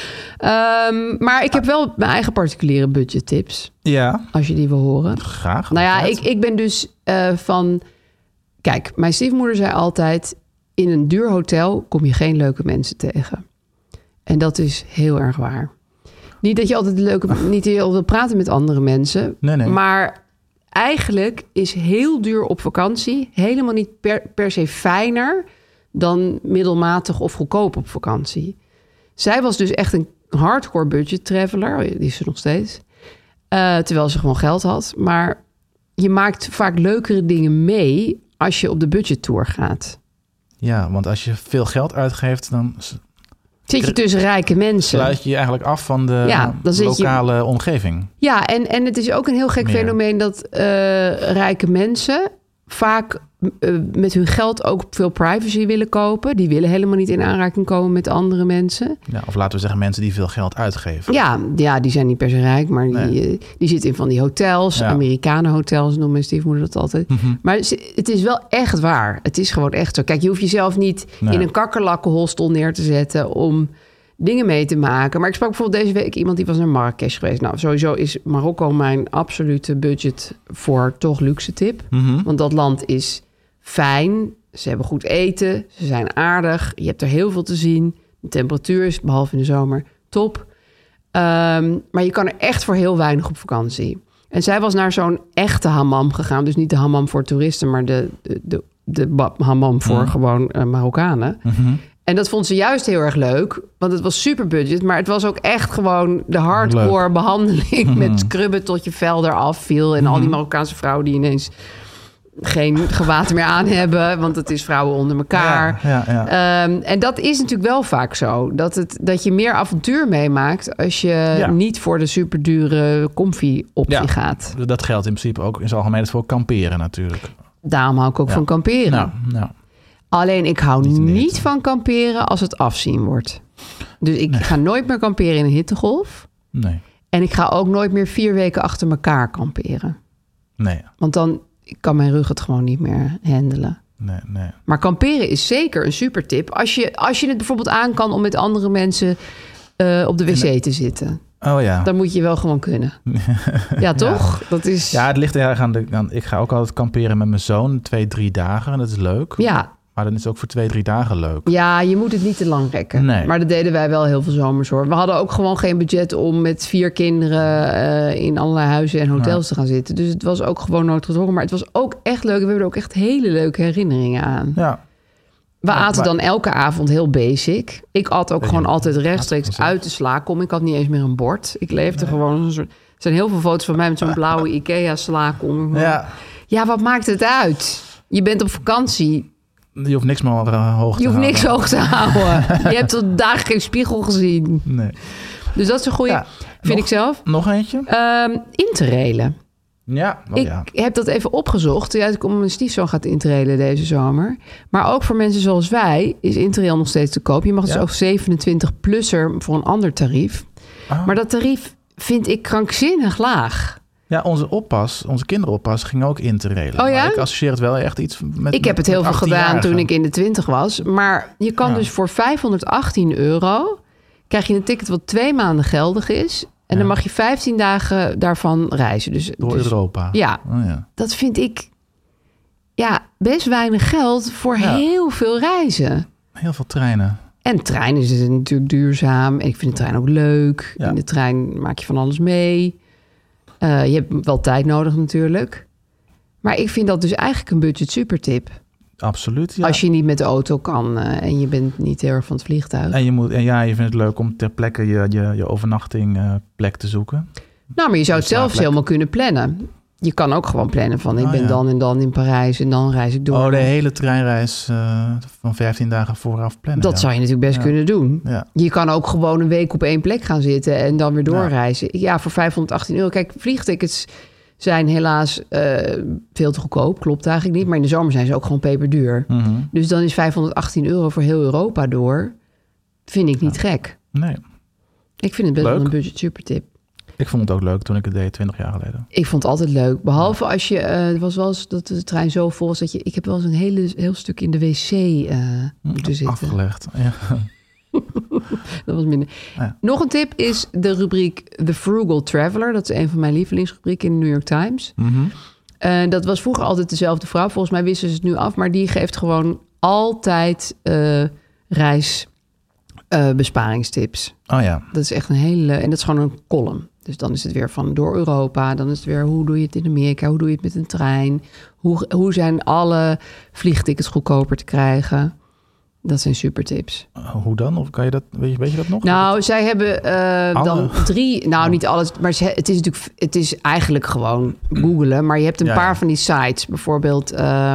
F: Maar ik heb wel mijn eigen particuliere budgettips.
E: Ja.
F: Als je die wil horen.
E: Graag.
F: Nou ja, ik ben dus van... Kijk, mijn stiefmoeder zei altijd... in een duur hotel kom je geen leuke mensen tegen. En dat is heel erg waar. Niet dat je altijd niet heel wil praten met andere mensen.
E: Nee.
F: Maar eigenlijk is heel duur op vakantie... helemaal niet per se fijner... dan middelmatig of goedkoop op vakantie. Zij was dus echt een hardcore budget traveler. Die is ze nog steeds. Terwijl ze gewoon geld had. Maar je maakt vaak leukere dingen mee... als je op de budgettour gaat.
E: Ja, want als je veel geld uitgeeft... dan
F: zit je tussen rijke mensen.
E: Sluit je eigenlijk af van de lokale omgeving.
F: Ja, en het is ook een heel gek fenomeen... dat rijke mensen vaak met hun geld ook veel privacy willen kopen. Die willen helemaal niet in aanraking komen met andere mensen.
E: Ja, of laten we zeggen mensen die veel geld uitgeven.
F: Ja, die zijn niet per se rijk, maar die zitten in van die hotels. Ja. Amerikanen hotels noemt mijn stiefmoeder dat altijd. Mm-hmm. Maar het is wel echt waar. Het is gewoon echt zo. Kijk, je hoeft jezelf niet in een kakkerlakkenhostel neer te zetten... om dingen mee te maken. Maar ik sprak bijvoorbeeld deze week iemand die was naar Marrakesh geweest. Nou, sowieso is Marokko mijn absolute budget voor toch luxe tip. Mm-hmm. Want dat land is fijn. Ze hebben goed eten. Ze zijn aardig. Je hebt er heel veel te zien. De temperatuur is, behalve in de zomer, top. Maar je kan er echt voor heel weinig op vakantie. En zij was naar zo'n echte hammam gegaan. Dus niet de hammam voor toeristen, maar de hammam voor gewoon Marokkanen. Mm-hmm. En dat vond ze juist heel erg leuk. Want het was super budget. Maar het was ook echt gewoon de hardcore behandeling. Met scrubben tot je vel eraf viel. En al die Marokkaanse vrouwen die ineens geen gewaad meer aan hebben. Want het is vrouwen onder elkaar. Ja. En dat is natuurlijk wel vaak zo. Dat je meer avontuur meemaakt... als je niet voor de superdure comfy-optie gaat.
E: Dat geldt in principe ook in zijn algemeenheid voor kamperen natuurlijk.
F: Daarom hou ik ook van kamperen.
E: Nou.
F: Alleen ik hou niet van kamperen als het afzien wordt. Dus ik ga nooit meer kamperen in een hittegolf.
E: Nee.
F: En ik ga ook nooit meer 4 weken achter elkaar kamperen.
E: Nee.
F: Want dan kan mijn rug het gewoon niet meer handelen.
E: Nee.
F: Maar kamperen is zeker een super tip. Als je het bijvoorbeeld aan kan om met andere mensen op de wc te zitten.
E: Oh ja.
F: Dan moet je wel gewoon kunnen. Ja, toch?
E: Ja.
F: Dat is...
E: Ja, het ligt erg aan ik ga ook altijd kamperen met mijn zoon 2-3 dagen. En dat is leuk.
F: Ja.
E: Maar dan is het ook voor 2-3 dagen leuk.
F: Ja, je moet het niet te lang rekken.
E: Nee.
F: Maar dat deden wij wel heel veel zomers hoor. We hadden ook gewoon geen budget om met 4 kinderen in allerlei huizen en hotels te gaan zitten. Dus het was ook gewoon noodgedwongen. Maar het was ook echt leuk. We hebben er ook echt hele leuke herinneringen aan.
E: Ja.
F: We aten dan elke avond heel basic. Ik at ook gewoon altijd rechtstreeks uit de slakom. Ik had niet eens meer een bord. Ik leefde gewoon een soort... Er zijn heel veel foto's van mij met zo'n blauwe Ikea slakom. Ja, wat maakt het uit? Je bent op vakantie...
E: Je hoeft niks meer hoog te houden.
F: Je hoeft niks hoog te houden. Je hebt tot dagen geen spiegel gezien.
E: Nee.
F: Dus dat is een goede, vind ik zelf.
E: Nog eentje?
F: Interrailen.
E: Ja.
F: Ik heb dat even opgezocht. Ja, ik om mijn stiefzoon gaat interrailen deze zomer. Maar ook voor mensen zoals wij is Interrail nog steeds te koop. Je mag dus ook 27-plusser voor een ander tarief. Oh. Maar dat tarief vind ik krankzinnig laag.
E: Ja, onze kinderoppas ging ook interrailen.
F: Oh ja?
E: Maar ik associeer het wel echt iets met...
F: Ik heb het heel veel gedaan toen ik in de 20 was. Maar je kan dus voor €518... krijg je een ticket wat 2 maanden geldig is. En dan mag je 15 dagen daarvan reizen. Dus
E: Europa.
F: Ja, dat vind ik best weinig geld voor heel veel reizen.
E: Heel veel treinen.
F: En treinen is natuurlijk duurzaam. En ik vind de trein ook leuk. Ja. In de trein maak je van alles mee. Je hebt wel tijd nodig natuurlijk. Maar ik vind dat dus eigenlijk een budget supertip.
E: Absoluut, ja.
F: Als je niet met de auto kan en je bent niet heel erg van het vliegtuig.
E: En je vindt het leuk om ter plekke je overnachting plek te zoeken.
F: Nou, maar je zou het zelfs helemaal kunnen plannen. je kan ook gewoon plannen van... ik ben dan en dan in Parijs en dan reis ik door.
E: Oh, de hele treinreis van 15 dagen vooraf plannen.
F: Dat zou je natuurlijk best kunnen doen.
E: Ja.
F: Je kan ook gewoon een week op één plek gaan zitten... en dan weer doorreizen. Ja, voor €518. Kijk, vliegtickets zijn helaas veel te goedkoop. Klopt eigenlijk niet. Maar in de zomer zijn ze ook gewoon peperduur.
E: Mm-hmm.
F: Dus dan is €518 voor heel Europa door... vind ik niet gek.
E: Nee.
F: Ik vind het best wel een budget supertip.
E: Ik vond het ook leuk toen ik het deed 20 jaar geleden.
F: Ik vond het altijd leuk. Behalve als je... het was wel eens dat de trein zo vol was... dat je... Ik heb wel eens een heel stuk in de wc moeten zitten.
E: Afgelegd, ja.
F: Dat was minder.
E: Ja.
F: Nog een tip is de rubriek The Frugal Traveler. Dat is een van mijn lievelingsrubrieken in de New York Times.
E: Mm-hmm.
F: Dat was vroeger altijd dezelfde vrouw. Volgens mij wisten ze het nu af. Maar die geeft gewoon altijd reisbesparingstips.
E: Oh ja.
F: Dat is echt een hele... En dat is gewoon een column. Dus dan is het weer van door Europa. Dan is het weer hoe doe je het in Amerika? Hoe doe je het met een trein? Hoe zijn alle vliegtickets goedkoper te krijgen? Dat zijn super tips.
E: Hoe dan? Of kan je dat, weet je dat nog?
F: Nou, zij hebben dan 3... Nou, niet alles. Maar het is natuurlijk... Het is eigenlijk gewoon googlen. Maar je hebt een paar van die sites. Bijvoorbeeld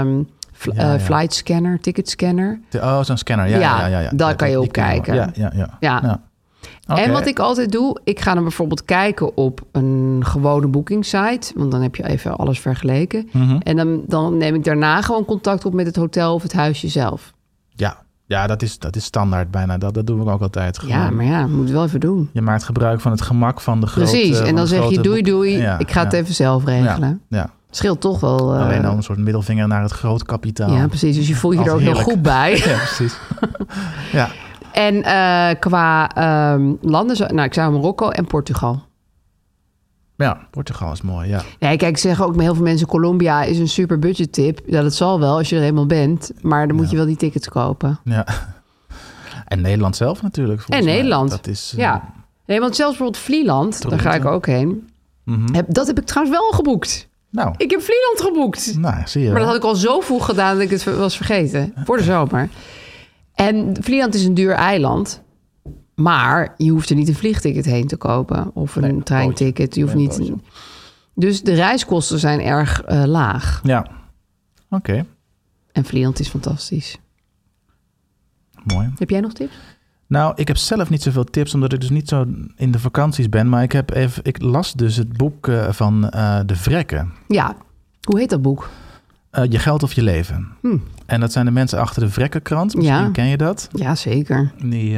F: Flight Scanner, Ticket Scanner.
E: Zo'n scanner. Ja.
F: Daar kan je op kijken. Ja. Okay. En wat ik altijd doe, ik ga dan bijvoorbeeld kijken op een gewone boekingssite. Want dan heb je even alles vergeleken.
E: Mm-hmm.
F: En dan neem ik daarna gewoon contact op met het hotel of het huisje zelf.
E: Ja, dat is standaard bijna. Dat doen we ook altijd. Gewoon.
F: Ja, maar ja, moet het wel even doen.
E: Je maakt gebruik van het gemak van de grote...
F: Precies, en dan zeg je doei. Ik ga het even zelf regelen.
E: Ja.
F: Scheelt toch wel...
E: Alleen dan een soort middelvinger naar het groot kapitaal.
F: Ja, precies. Dus je voelt je er ook nog goed bij.
E: Ja, precies. Ja.
F: En qua landen... Nou, ik zou Marokko en Portugal.
E: Ja, Portugal is mooi, ja.
F: Nee, kijk, zeggen ook heel veel mensen... Colombia is een super budget tip. Ja, dat zal wel als je er eenmaal bent. Maar dan moet je wel die tickets kopen.
E: Ja. En Nederland zelf natuurlijk.
F: En Nederland.
E: Mij. Dat is,
F: Nee, want zelfs bijvoorbeeld Vlieland... daar ga ik ook heen.
E: Mm-hmm.
F: Dat heb ik trouwens wel geboekt.
E: Nou.
F: Ik heb Vlieland geboekt.
E: Nou, zie je.
F: Maar dat had ik al zo vroeg gedaan dat ik het was vergeten. Voor de zomer. En Vlieland is een duur eiland. Maar je hoeft er niet een vliegticket heen te kopen. Of een treinticket. Je hoeft niet. Dus de reiskosten zijn erg laag.
E: Ja. Oké.
F: En Vlieland is fantastisch.
E: Mooi.
F: Heb jij nog tips?
E: Nou, ik heb zelf niet zoveel tips, omdat ik dus niet zo in de vakanties ben. Maar ik las dus het boek van De Vrekken.
F: Ja. Hoe heet dat boek?
E: Je geld of je leven. En dat zijn de mensen achter de Vrekkenkrant. Misschien ken je dat.
F: Ja, zeker.
E: Die,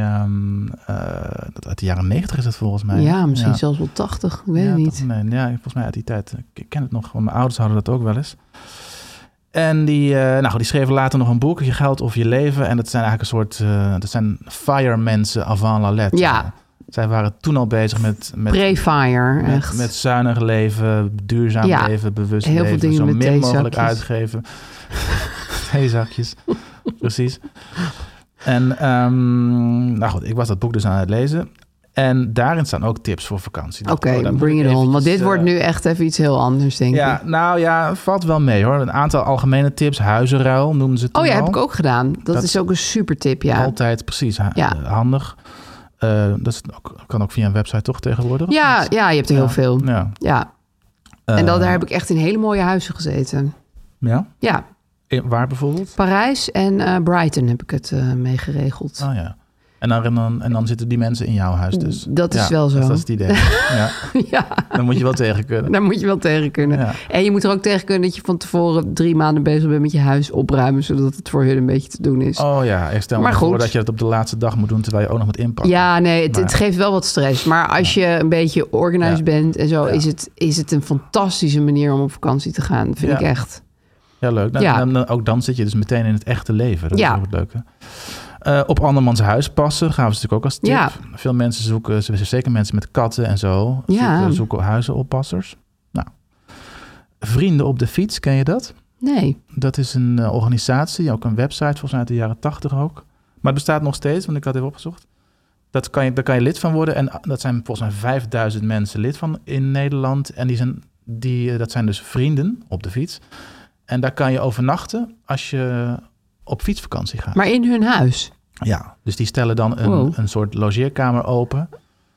E: uit de jaren 90 is het volgens mij.
F: Ja, misschien zelfs wel 80. Ik weet het niet.
E: Volgens mij uit die tijd. Ik ken het nog, want mijn ouders hadden dat ook wel eens. En die schreven later nog een boek, Je geld of je leven. En dat zijn eigenlijk een soort... dat zijn fire-mensen avant la lettre.
F: Ja.
E: Zij waren toen al bezig met
F: pre-fire, echt.
E: Met zuinig leven, duurzaam leven, bewust
F: heel
E: leven.
F: Veel dingen
E: zo
F: met
E: min mogelijk uitgeven. Theezakjes, precies. En ik was dat boek dus aan het lezen. En daarin staan ook tips voor vakantie.
F: Oké, bring it on. Want dit wordt nu echt even iets heel anders, denk ik.
E: Nou ja, valt wel mee hoor. Een aantal algemene tips. Huizenruil noemden ze het al.
F: Heb ik ook gedaan. Dat is ook een super tip, ja.
E: Altijd, precies. Handig. Dat kan ook via een website toch tegenwoordig?
F: Ja, je hebt er heel veel. Ja. En daar heb ik echt in hele mooie huizen gezeten.
E: Ja?
F: Ja.
E: Waar bijvoorbeeld?
F: Parijs en Brighton heb ik het mee geregeld.
E: Oh ja. En dan zitten die mensen in jouw huis dus.
F: Dat is wel zo.
E: Dat is het idee.
F: Ja.
E: Dan moet je wel tegen kunnen.
F: Daar moet je wel tegen kunnen. Ja. En je moet er ook tegen kunnen dat je van tevoren 3 maanden bezig bent met je huis opruimen, zodat het voor hun een beetje te doen is.
E: Oh ja, ik stel me voor dat je het op de laatste dag moet doen, terwijl je ook nog moet inpakken.
F: Ja, nee, het geeft wel wat stress. Maar als je een beetje organized bent en zo, is het een fantastische manier om op vakantie te gaan. Dat vind ik echt.
E: Ja, leuk. Ook dan zit je dus meteen in het echte leven. Dat is ook het leuke. Op andermans huis passen gaven ze natuurlijk ook als tip. Ja. Veel mensen zoeken, zeker mensen met katten en zo, zoeken huizenoppassers. Nou, Vrienden op de Fiets, ken je dat?
F: Nee.
E: Dat is een organisatie, ook een website, volgens mij uit de jaren 80 ook. Maar het bestaat nog steeds, want ik had even opgezocht. Daar kan je lid van worden. En dat zijn volgens mij 5000 mensen lid van in Nederland. En dat zijn dus vrienden op de fiets. En daar kan je overnachten als je op fietsvakantie gaat.
F: Maar in hun huis?
E: Ja, dus die stellen dan een soort logeerkamer open.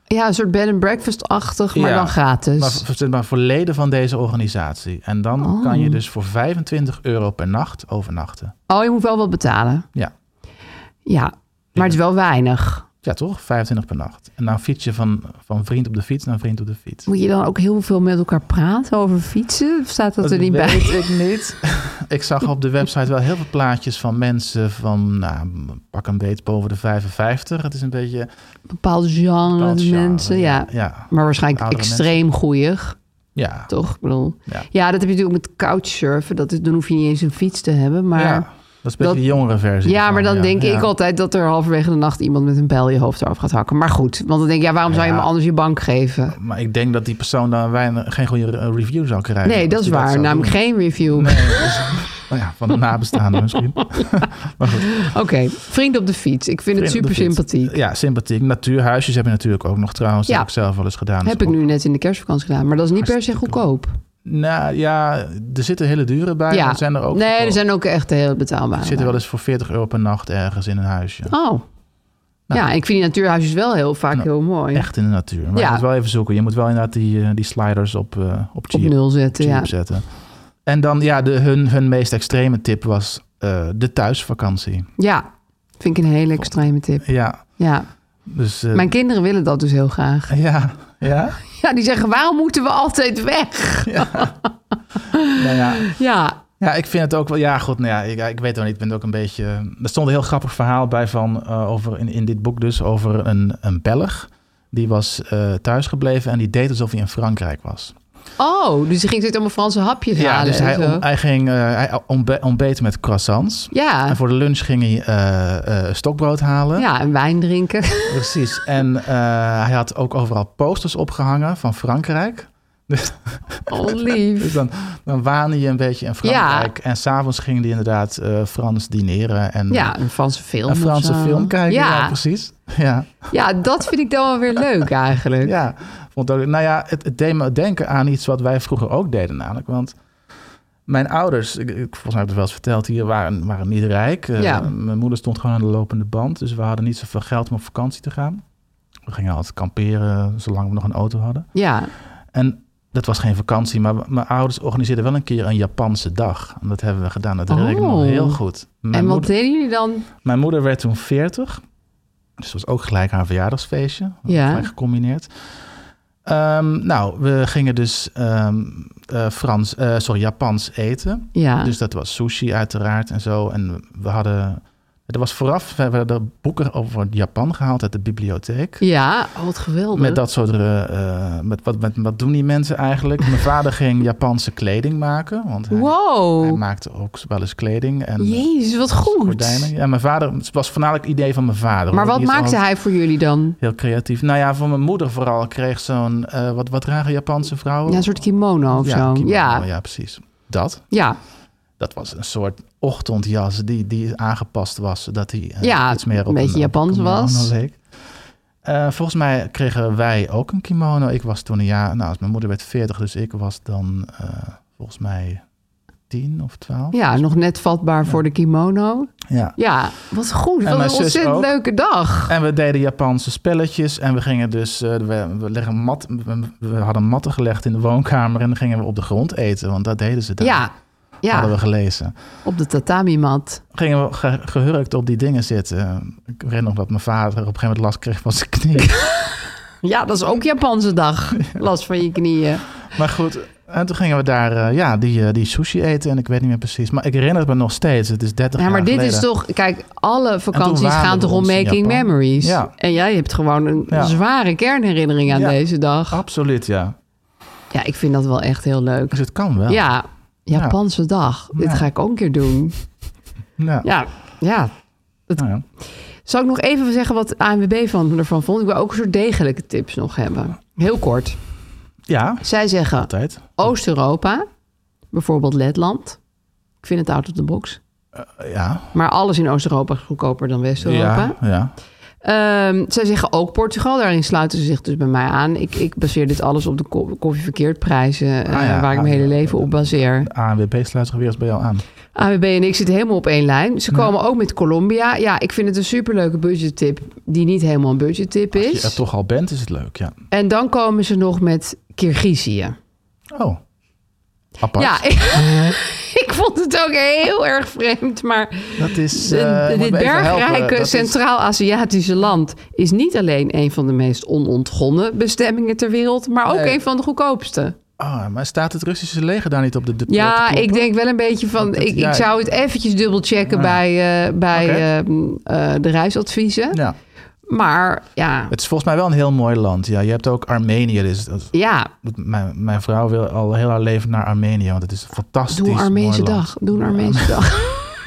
F: Ja, een soort bed and breakfast-achtig, maar dan gratis.
E: Maar voor leden van deze organisatie. En dan kan je dus voor €25 per nacht overnachten.
F: Oh, je moet wel wat betalen.
E: Ja.
F: Ja, maar het is wel weinig.
E: Ja, toch? 25 per nacht. En dan fiets je van vriend op de fiets naar vriend op de fiets.
F: Moet je dan ook heel veel met elkaar praten over fietsen? Of staat dat er niet bij?
E: Dat weet ik niet. Ik zag op de website wel heel veel plaatjes van mensen van, pak een beet boven de 55. Het is een beetje...
F: Een bepaald genre mensen, ja. Maar waarschijnlijk extreem goeig.
E: Ja.
F: Toch? Ik bedoel... Ja, dat heb je natuurlijk met couchsurfen. Dan hoef je niet eens een fiets te hebben, maar...
E: Ja. Dat is een beetje de jongere versie.
F: Ja, maar dan denk ik altijd dat er halverwege de nacht iemand met een bijl je hoofd eraf gaat hakken. Maar goed, want dan denk ik, waarom zou je me anders je bank geven?
E: Maar ik denk dat die persoon dan geen goede review zou krijgen.
F: Nee, dat is waar. Namelijk geen review.
E: Nee, dus, van de nabestaanden misschien. Maar goed.
F: Oké, vriend op de fiets. Ik vind het super sympathiek.
E: Ja, sympathiek. Natuurhuisjes heb je natuurlijk ook nog trouwens. Dat heb ik zelf wel eens gedaan.
F: Heb ik nu net in de kerstvakantie gedaan. Maar dat is niet per se goedkoop.
E: Nou ja, er zitten hele dure bij.
F: Ja.
E: Er zijn er ook
F: er zijn ook echt heel betaalbare.
E: Er zitten wel eens voor €40 per nacht ergens in een huisje.
F: Oh. Ja, ik vind die natuurhuisjes wel heel vaak heel mooi.
E: Echt in de natuur. Maar je moet wel even zoeken. Je moet wel inderdaad die sliders op
F: nul zetten.
E: zetten. En dan, hun meest extreme tip was de thuisvakantie.
F: Ja, vind ik een hele extreme tip. Ja.
E: Dus,
F: mijn kinderen willen dat dus heel graag.
E: Ja?
F: Ja, die zeggen, waarom moeten we altijd weg?
E: Ja, ik vind het ook wel... Ja, goed, ik weet het niet. Ik ben ook een beetje... Er stond een heel grappig verhaal bij over in dit boek dus... over een Belg. Die was thuisgebleven en die deed alsof hij in Frankrijk was.
F: Oh, dus hij ging allemaal Franse hapjes halen.
E: Dus hij ontbeet met croissants.
F: Ja.
E: En voor de lunch ging hij stokbrood halen.
F: Ja, en wijn drinken.
E: Precies. En hij had ook overal posters opgehangen van Frankrijk.
F: Oh, lief.
E: Dus dan waande je een beetje in Frankrijk. Ja. En s'avonds ging hij inderdaad Frans dineren. En,
F: een Franse film.
E: Een Franse film kijken, ja precies.
F: Ja, dat vind ik dan wel weer leuk eigenlijk.
E: Ja, het deed me denken aan iets wat wij vroeger ook deden namelijk. Want mijn ouders, volgens mij heb ik het wel eens verteld hier, waren niet rijk. Mijn moeder stond gewoon aan de lopende band. Dus we hadden niet zoveel geld om op vakantie te gaan. We gingen altijd kamperen zolang we nog een auto hadden.
F: Ja.
E: En dat was geen vakantie, maar mijn ouders organiseerden wel een keer een Japanse dag. En dat hebben we gedaan. Dat herinner ik me nog heel goed.
F: En wat deden jullie dan?
E: Mijn moeder werd toen 40. Dus dat was ook gelijk haar verjaardagsfeestje. Gelijk gecombineerd. We gingen dus Japans eten.
F: Ja.
E: Dus dat was sushi uiteraard en zo. En we hadden... Er was vooraf, we hebben de boeken over Japan gehaald uit de bibliotheek.
F: Ja, wat geweldig.
E: Met dat soort, wat doen die mensen eigenlijk? Mijn vader ging Japanse kleding maken. Want hij maakte ook wel eens kleding. En,
F: Jezus, wat goed.
E: Gordijnen. Ja, mijn vader, het was voornamelijk het idee van mijn vader.
F: Maar wat maakte hij voor jullie dan?
E: Heel creatief. Nou ja, voor mijn moeder vooral kreeg zo'n, wat dragen Japanse vrouwen?
F: Ja, een soort kimono of zo.
E: Kimono,
F: ja,
E: precies. Dat.
F: Ja.
E: Dat was een soort ochtendjas die aangepast was, zodat hij iets meer op
F: een beetje Japans was.
E: Leek. Volgens mij kregen wij ook een kimono. Ik was toen als mijn moeder werd 40, dus ik was dan volgens mij 10 of 12.
F: Ja, nog net vatbaar voor de kimono. Ja, wat goed. Wat een ontzettend leuke dag.
E: En we deden Japanse spelletjes en we gingen dus, we hadden matten gelegd in de woonkamer en dan gingen we op de grond eten, want dat deden ze daar. Ja. Hadden we gelezen.
F: Op de tatami-mat.
E: Gingen we gehurkt op die dingen zitten. Ik weet nog dat mijn vader op een gegeven moment last kreeg van zijn knie.
F: Ja, dat is ook Japanse dag. Last van je knieën.
E: Maar goed, en toen gingen we daar die sushi eten. En ik weet niet meer precies. Maar ik herinner het me nog steeds. Het is 30 jaar geleden.
F: Maar dit is toch... Kijk, alle vakanties gaan toch om making memories. Ja. En jij hebt gewoon een zware kernherinnering aan deze dag.
E: Absoluut, ja.
F: Ja, ik vind dat wel echt heel leuk.
E: Dus het kan wel.
F: Ja, Japanse dag. Dit ga ik ook een keer doen. Ja. Zal ik nog even zeggen wat ANWB ervan vond? Ik wil ook een soort degelijke tips nog hebben. Heel kort.
E: Ja.
F: Zij zeggen
E: altijd.
F: Oost-Europa, bijvoorbeeld Letland. Ik vind het out of the box.
E: Ja.
F: Maar alles in Oost-Europa is goedkoper dan West-Europa.
E: Ja.
F: Zij zeggen ook Portugal. Daarin sluiten ze zich dus bij mij aan. Ik baseer dit alles op de koffieverkeerdprijzen... waar ik mijn hele leven op baseer.
E: De ANWB sluit zich weer eens bij jou aan.
F: ANWB en ik zitten helemaal op één lijn. Ze komen ook met Colombia. Ja, ik vind het een superleuke budgettip... die niet helemaal een budgettip is.
E: Als je er toch al bent, is het leuk, ja.
F: En dan komen ze nog met Kirgizië.
E: Oh, apart.
F: Ja, ik vond het ook heel erg vreemd, maar...
E: Dat is,
F: dit bergrijke Centraal-Aziatische land... is niet alleen een van de meest onontgonnen bestemmingen ter wereld... maar ook een van de goedkoopste.
E: Maar staat het Russische leger daar niet op de
F: Ja, ik denk wel een beetje van... Ik zou het eventjes dubbelchecken bij de reisadviezen.
E: Ja.
F: Maar ja...
E: Het is volgens mij wel een heel mooi land. Ja, je hebt ook Armenië. Dus
F: ja.
E: Mijn vrouw wil al heel haar leven naar Armenië. Want het is een fantastisch mooi land.
F: Doe een Armeense dag.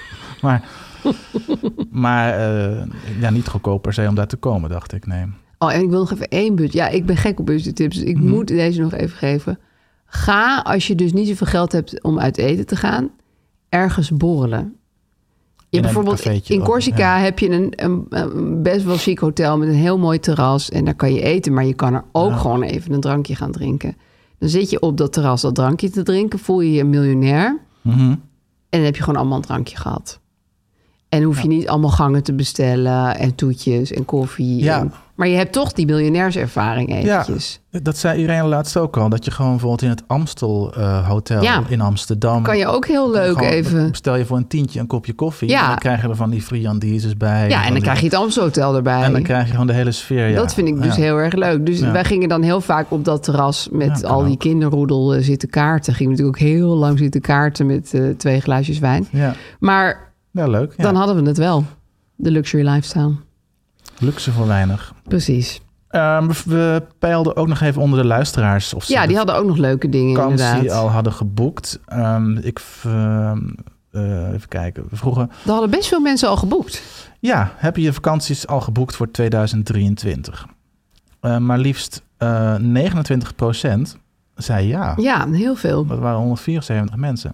E: Maar niet goedkoop per se om daar te komen, dacht ik. Nee.
F: Oh, en ik wil nog even één budget. Ja, ik ben gek op budgettips. Dus ik moet deze nog even geven. Ga, als je dus niet zoveel geld hebt om uit eten te gaan... ergens borrelen. Bijvoorbeeld in Corsica heb je een best wel chic hotel met een heel mooi terras. En daar kan je eten, maar je kan er ook gewoon even een drankje gaan drinken. Dan zit je op dat terras dat drankje te drinken, voel je je een miljonair. En dan heb je gewoon allemaal een drankje gehad. En hoef je niet allemaal gangen te bestellen en toetjes en koffie.
E: Ja.
F: Maar je hebt toch die miljonairservaring eventjes.
E: Ja, dat zei Irene laatst ook al. Dat je gewoon bijvoorbeeld in het Amstel Hotel in Amsterdam...
F: Kan je ook heel leuk even...
E: Stel je voor een tientje een kopje koffie. Ja. En dan krijg je er van die friandises bij.
F: Ja, en dan krijg je het Amstel Hotel erbij.
E: En dan krijg je gewoon de hele sfeer. Ja.
F: Dat vind ik dus heel erg leuk. Dus wij gingen dan heel vaak op dat terras met al die kinderroedel zitten kaarten. Gingen we natuurlijk ook heel lang zitten kaarten met 2 glaasjes wijn. Ja. Maar... Ja, leuk. Ja. Dan hadden we het wel. De luxury lifestyle.
E: Luxe voor weinig.
F: Precies.
E: We peilden ook nog even onder de luisteraars. Of
F: die hadden ook nog leuke dingen inderdaad.
E: Die al hadden geboekt. Even kijken. We vroegen...
F: Er hadden best veel mensen al geboekt.
E: Ja, heb je je vakanties al geboekt voor 2023? Maar liefst 29% zei ja.
F: Ja, heel veel.
E: Dat waren 174 mensen.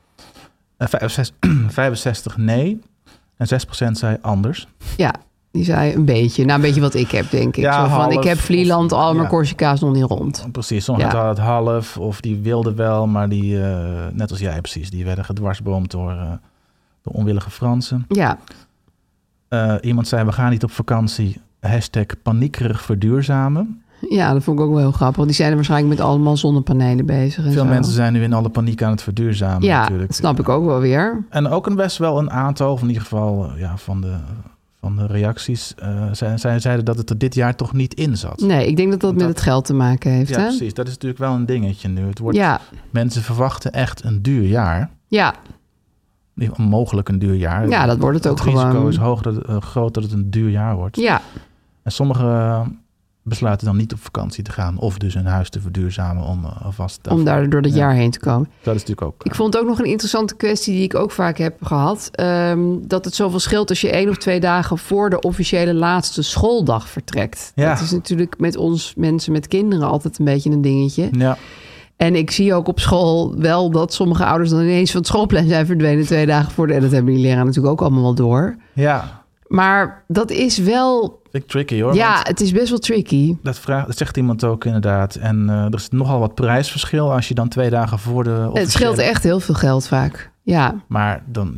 E: 65 nee en 6% zei anders.
F: Ja, die zei een beetje. Nou, een beetje wat ik heb, denk ik.
E: Ja,
F: zo van, ik heb Vlieland al, maar Corsica is nog niet rond.
E: Precies, sommigen hadden het half of die wilden wel, maar die, net als jij precies, die werden gedwarsboomd door onwillige Fransen.
F: Ja.
E: Iemand zei, we gaan niet op vakantie. #paniekerig verduurzamen.
F: Ja, dat vond ik ook wel heel grappig. Want die zijn er waarschijnlijk met allemaal zonnepanelen bezig.
E: Veel mensen zijn nu in alle paniek aan het verduurzamen.
F: Ja,
E: natuurlijk.
F: Dat snap ik ook wel weer.
E: En ook best wel een aantal, of in ieder geval van de reacties... zeiden dat het er dit jaar toch niet in zat.
F: Nee, ik denk dat met het geld te maken heeft.
E: Ja,
F: hè?
E: Precies. Dat is natuurlijk wel een dingetje nu. Het wordt, mensen verwachten echt een duur jaar.
F: Ja.
E: Mogelijk een duur jaar.
F: Ja, dat wordt het ook gewoon.
E: Het risico is groot dat het een duur jaar wordt.
F: Ja.
E: En sommigen besluiten dan niet op vakantie te gaan... of dus hun huis te verduurzamen om alvast...
F: Om daar door het jaar heen te komen.
E: Dat is natuurlijk ook...
F: Ik vond ook nog een interessante kwestie die ik ook vaak heb gehad. Dat het zoveel scheelt als je 1 of 2 dagen... voor de officiële laatste schooldag vertrekt. Ja. Dat is natuurlijk met ons mensen met kinderen altijd een beetje een dingetje.
E: Ja.
F: En ik zie ook op school wel dat sommige ouders... dan ineens van het schoolplein zijn verdwenen 2 dagen voor de... En dat hebben die leraren natuurlijk ook allemaal wel door.
E: Ja.
F: Maar dat is wel...
E: Vind ik tricky hoor.
F: Ja, het is best wel tricky.
E: Dat zegt iemand ook inderdaad. En er is nogal wat prijsverschil als je dan 2 dagen voor de officiële...
F: Het scheelt echt heel veel geld vaak, ja.
E: Maar dan,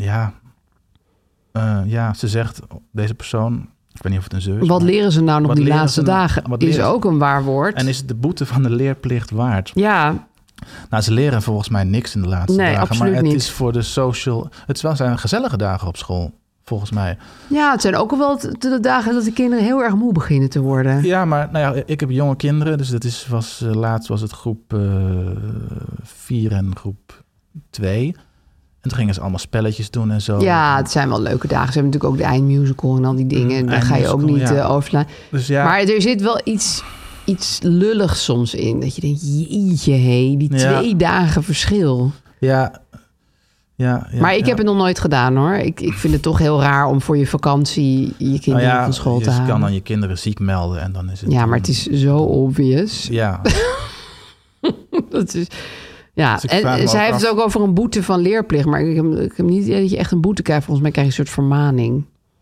E: ze zegt, deze persoon... Ik weet niet of het een ze is.
F: Wat leren ze nou nog die laatste dagen? Is ook een waar woord.
E: En is het de boete van de leerplicht waard?
F: Ja.
E: Nou, ze leren volgens mij niks in de laatste dagen.
F: Absoluut
E: maar het
F: niet.
E: is voor de social... Het zijn gezellige dagen op school. Volgens mij.
F: Ja, het zijn ook wel de dagen dat de kinderen heel erg moe beginnen te worden.
E: Ja, maar ik heb jonge kinderen. Dus laatst was het groep 4 en groep 2. En toen gingen ze allemaal spelletjes doen en zo.
F: Ja, het zijn wel leuke dagen. Ze hebben natuurlijk ook de eindmusical en al die dingen. En daar ga je ook niet overslaan. Dus maar er zit wel iets lulligs soms in. Dat je denkt, jeetje, die 2 dagen verschil.
E: Ja.
F: Maar ik heb het nog nooit gedaan hoor. Ik vind het toch heel raar om voor je vakantie je kinderen van school te halen.
E: Je kan dan je kinderen ziek melden en dan is het...
F: Ja, maar het is zo obvious.
E: Ja.
F: Dat is... Ja, dus en zij heeft het ook over een boete van leerplicht. Maar ik heb niet idee dat je echt een boete krijgt. Volgens mij krijg je een soort vermaning.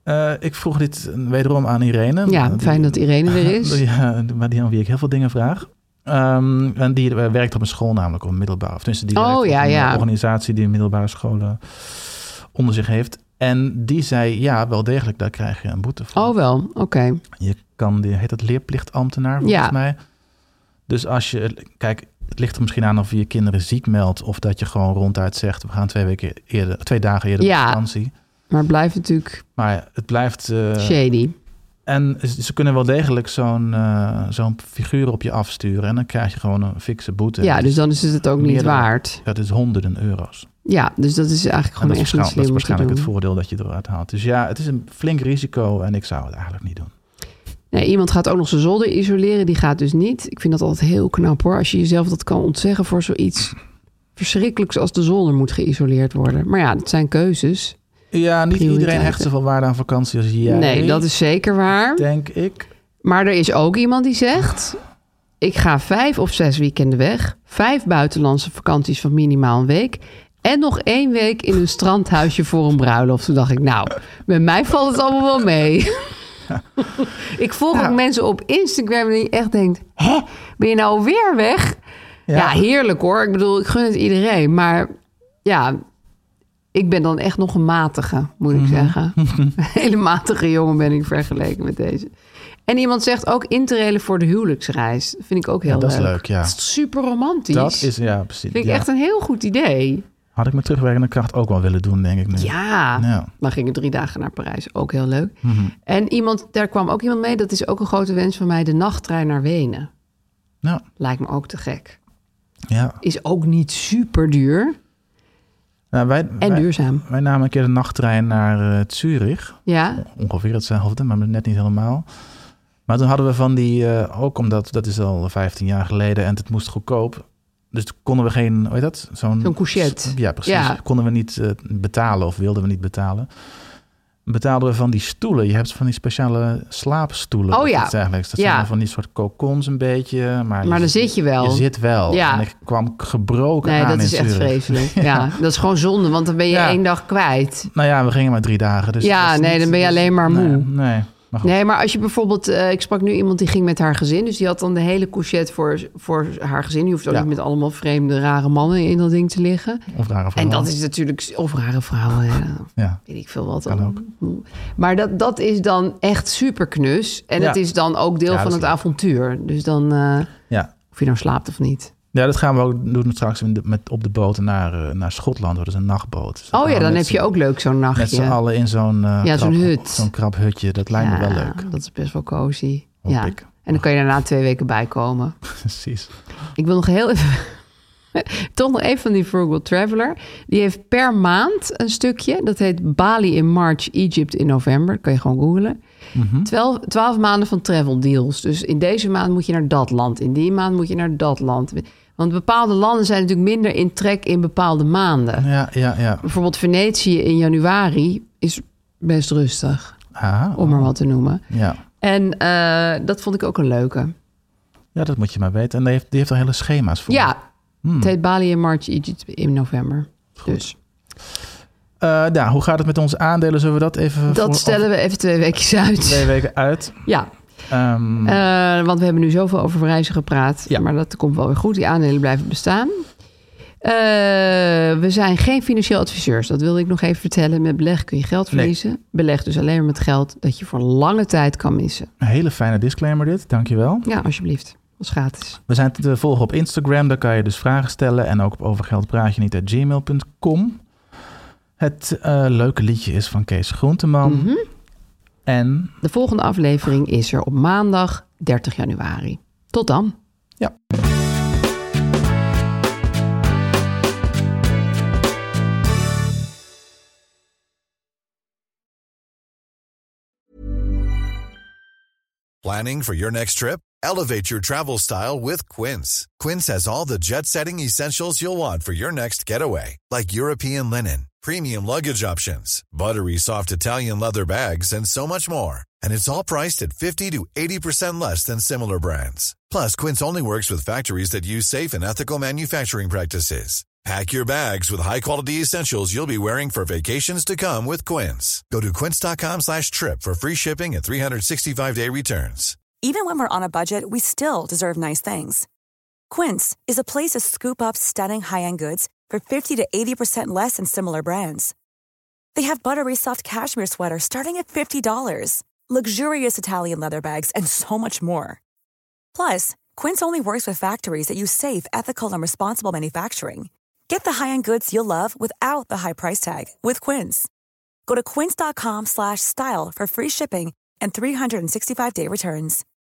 E: Ik vroeg dit wederom aan Irene.
F: Ja, fijn dat Irene er is.
E: Maar die aan wie ik heel veel dingen vraag. En die werkt op een school namelijk, op een middelbare. Of tenminste, die werkt op een organisatie die middelbare scholen onder zich heeft. En die zei, ja, wel degelijk, daar krijg je een boete voor.
F: Oh wel, oké.
E: Je kan, heet dat leerplichtambtenaar volgens mij. Dus als je, kijk, het ligt er misschien aan of je kinderen ziek meldt of dat je gewoon ronduit zegt, we gaan 2 dagen eerder op vakantie.
F: Maar het blijft natuurlijk...
E: Maar het blijft...
F: shady.
E: En ze kunnen wel degelijk zo'n figuur op je afsturen en dan krijg je gewoon een fikse boete.
F: Ja, dus dan is het ook niet waard.
E: Dat is honderden euro's.
F: Ja, dus dat is eigenlijk gewoon echt niet slim.
E: Dat is waarschijnlijk het voordeel dat je eruit haalt. Dus ja, het is een flink risico en ik zou het eigenlijk niet doen.
F: Nee, iemand gaat ook nog zijn zolder isoleren. Die gaat dus niet. Ik vind dat altijd heel knap hoor. Als je jezelf dat kan ontzeggen voor zoiets verschrikkelijks als de zolder moet geïsoleerd worden. Maar ja, dat zijn keuzes.
E: Ja, niet iedereen hecht zoveel waarde aan vakantie als jij.
F: Nee, dat is zeker waar.
E: Denk ik.
F: Maar er is ook iemand die zegt, ik ga 5 of 6 weekenden weg. 5 buitenlandse vakanties van minimaal een week. En nog 1 week in een strandhuisje voor een bruiloft. Toen dacht ik, nou, met mij valt het allemaal wel mee. Ik volg ook mensen op Instagram die echt denkt, hè, ben je nou weer weg? Ja, heerlijk hoor. Ik bedoel, ik gun het iedereen. Maar ja, ik ben dan echt nog een matige, moet ik zeggen. Een hele matige jongen ben ik vergeleken met deze. En iemand zegt ook interrailen voor de huwelijksreis. Dat vind ik ook heel leuk.
E: Dat is leuk, ja.
F: Dat is super romantisch.
E: Dat is, ja, precies.
F: Vind ik echt een heel goed idee.
E: Had ik met terugwerkende kracht ook wel willen doen, denk ik nu.
F: Ja, dan gingen 3 dagen naar Parijs. Ook heel leuk. En daar kwam ook iemand mee. Dat is ook een grote wens van mij. De nachttrein naar Wenen.
E: Ja.
F: Lijkt me ook te gek.
E: Ja.
F: Is ook niet super duur.
E: Nou,
F: en duurzaam.
E: Wij namen een keer de nachttrein naar Zurich.
F: Ja.
E: Ongeveer hetzelfde, maar net niet helemaal. Maar toen hadden we van die, ook omdat, dat is al 15 jaar geleden en het moest goedkoop. Dus konden we geen, hoe heet dat? Zo'n
F: couchette.
E: Ja, precies. Ja. Konden we niet betalen of wilden we niet betalen. Betaalden we van die stoelen. Je hebt van die speciale slaapstoelen.
F: Oh ja.
E: Dat zijn van die soort cocons een beetje. Maar
F: dan zit je wel.
E: Je zit wel.
F: Ja.
E: En ik kwam gebroken aan in
F: Nee, dat is echt vreselijk. Ja, dat is gewoon zonde, want dan ben je 1 dag kwijt.
E: Nou ja, we gingen maar 3 dagen. Dus
F: ja, nee, dan ben je alleen maar moe.
E: Nee.
F: Nee, maar als je bijvoorbeeld... ik sprak nu iemand die ging met haar gezin. Dus die had dan de hele couchette voor haar gezin. Die hoeft ook niet met allemaal vreemde, rare mannen in dat ding te liggen.
E: Of rare vrouwen.
F: En dat is natuurlijk... Of rare vrouwen, ja. Weet ik veel wat.
E: Kan ook.
F: Maar dat is dan echt super knus. En het is dan ook deel van het avontuur. Dus dan... Of je nou slaapt of niet.
E: Ja, dat gaan we ook doen straks op de boot naar Schotland. Dat is een nachtboot. Dus
F: dan heb je ook leuk zo'n nachtje.
E: Met z'n allen in zo'n
F: zo'n hut.
E: Zo'n krap hutje. Dat lijkt me wel leuk.
F: Dat is best wel cozy.
E: Hoop ik.
F: En dan kan je daarna 2 weken bijkomen.
E: Precies.
F: Ik wil nog heel even... Toch nog even van die Frugal Traveler. Die heeft per maand een stukje. Dat heet Bali in March, Egypt in november. Dat kan je gewoon googlen. 12 maanden van travel deals. Dus in deze maand moet je naar dat land. In die maand moet je naar dat land. Want bepaalde landen zijn natuurlijk minder in trek in bepaalde maanden.
E: Ja.
F: Bijvoorbeeld Venetië in januari is best rustig. Om maar wat te noemen.
E: Ja.
F: En dat vond ik ook een leuke.
E: Ja, dat moet je maar weten. En die heeft er hele schema's voor.
F: Ja, het heet Bali in March, Egypt in november. Goed. Dus.
E: Hoe gaat het met onze aandelen? Zullen we dat even...
F: Dat stellen we even 2 weekjes uit.
E: 2 weken uit.
F: Ja. Want we hebben nu zoveel over reizen gepraat. Ja. Maar dat komt wel weer goed. Die aandelen blijven bestaan. We zijn geen financieel adviseurs. Dat wilde ik nog even vertellen. Met beleg kun je geld verliezen. Nee. Beleg dus alleen maar met geld dat je voor lange tijd kan missen.
E: Een hele fijne disclaimer dit. Dankjewel.
F: Ja, alsjeblieft. Dat is gratis.
E: We zijn te volgen op Instagram. Daar kan je dus vragen stellen. En ook op overgeldpraatje.gmail.com. Het leuke liedje is van Kees Groenteman. En
F: de volgende aflevering is er op maandag 30 januari. Tot dan.
E: Ja.
G: Planning for your next trip? Elevate your travel style with Quince. Quince has all the jet-setting essentials you'll want for your next getaway, like European linen, premium luggage options, buttery soft Italian leather bags, and so much more. And it's all priced at 50 to 80% less than similar brands. Plus, Quince only works with factories that use safe and ethical manufacturing practices. Pack your bags with high-quality essentials you'll be wearing for vacations to come with Quince. Go to quince.com/trip for free shipping and 365-day returns.
H: Even when we're on a budget, we still deserve nice things. Quince is a place to scoop up stunning high-end goods for 50 to 80% less than similar brands. They have buttery soft cashmere sweaters starting at $50, luxurious Italian leather bags, and so much more. Plus, Quince only works with factories that use safe, ethical, and responsible manufacturing. Get the high-end goods you'll love without the high price tag with Quince. Go to quince.com/style for free shipping and 365-day returns.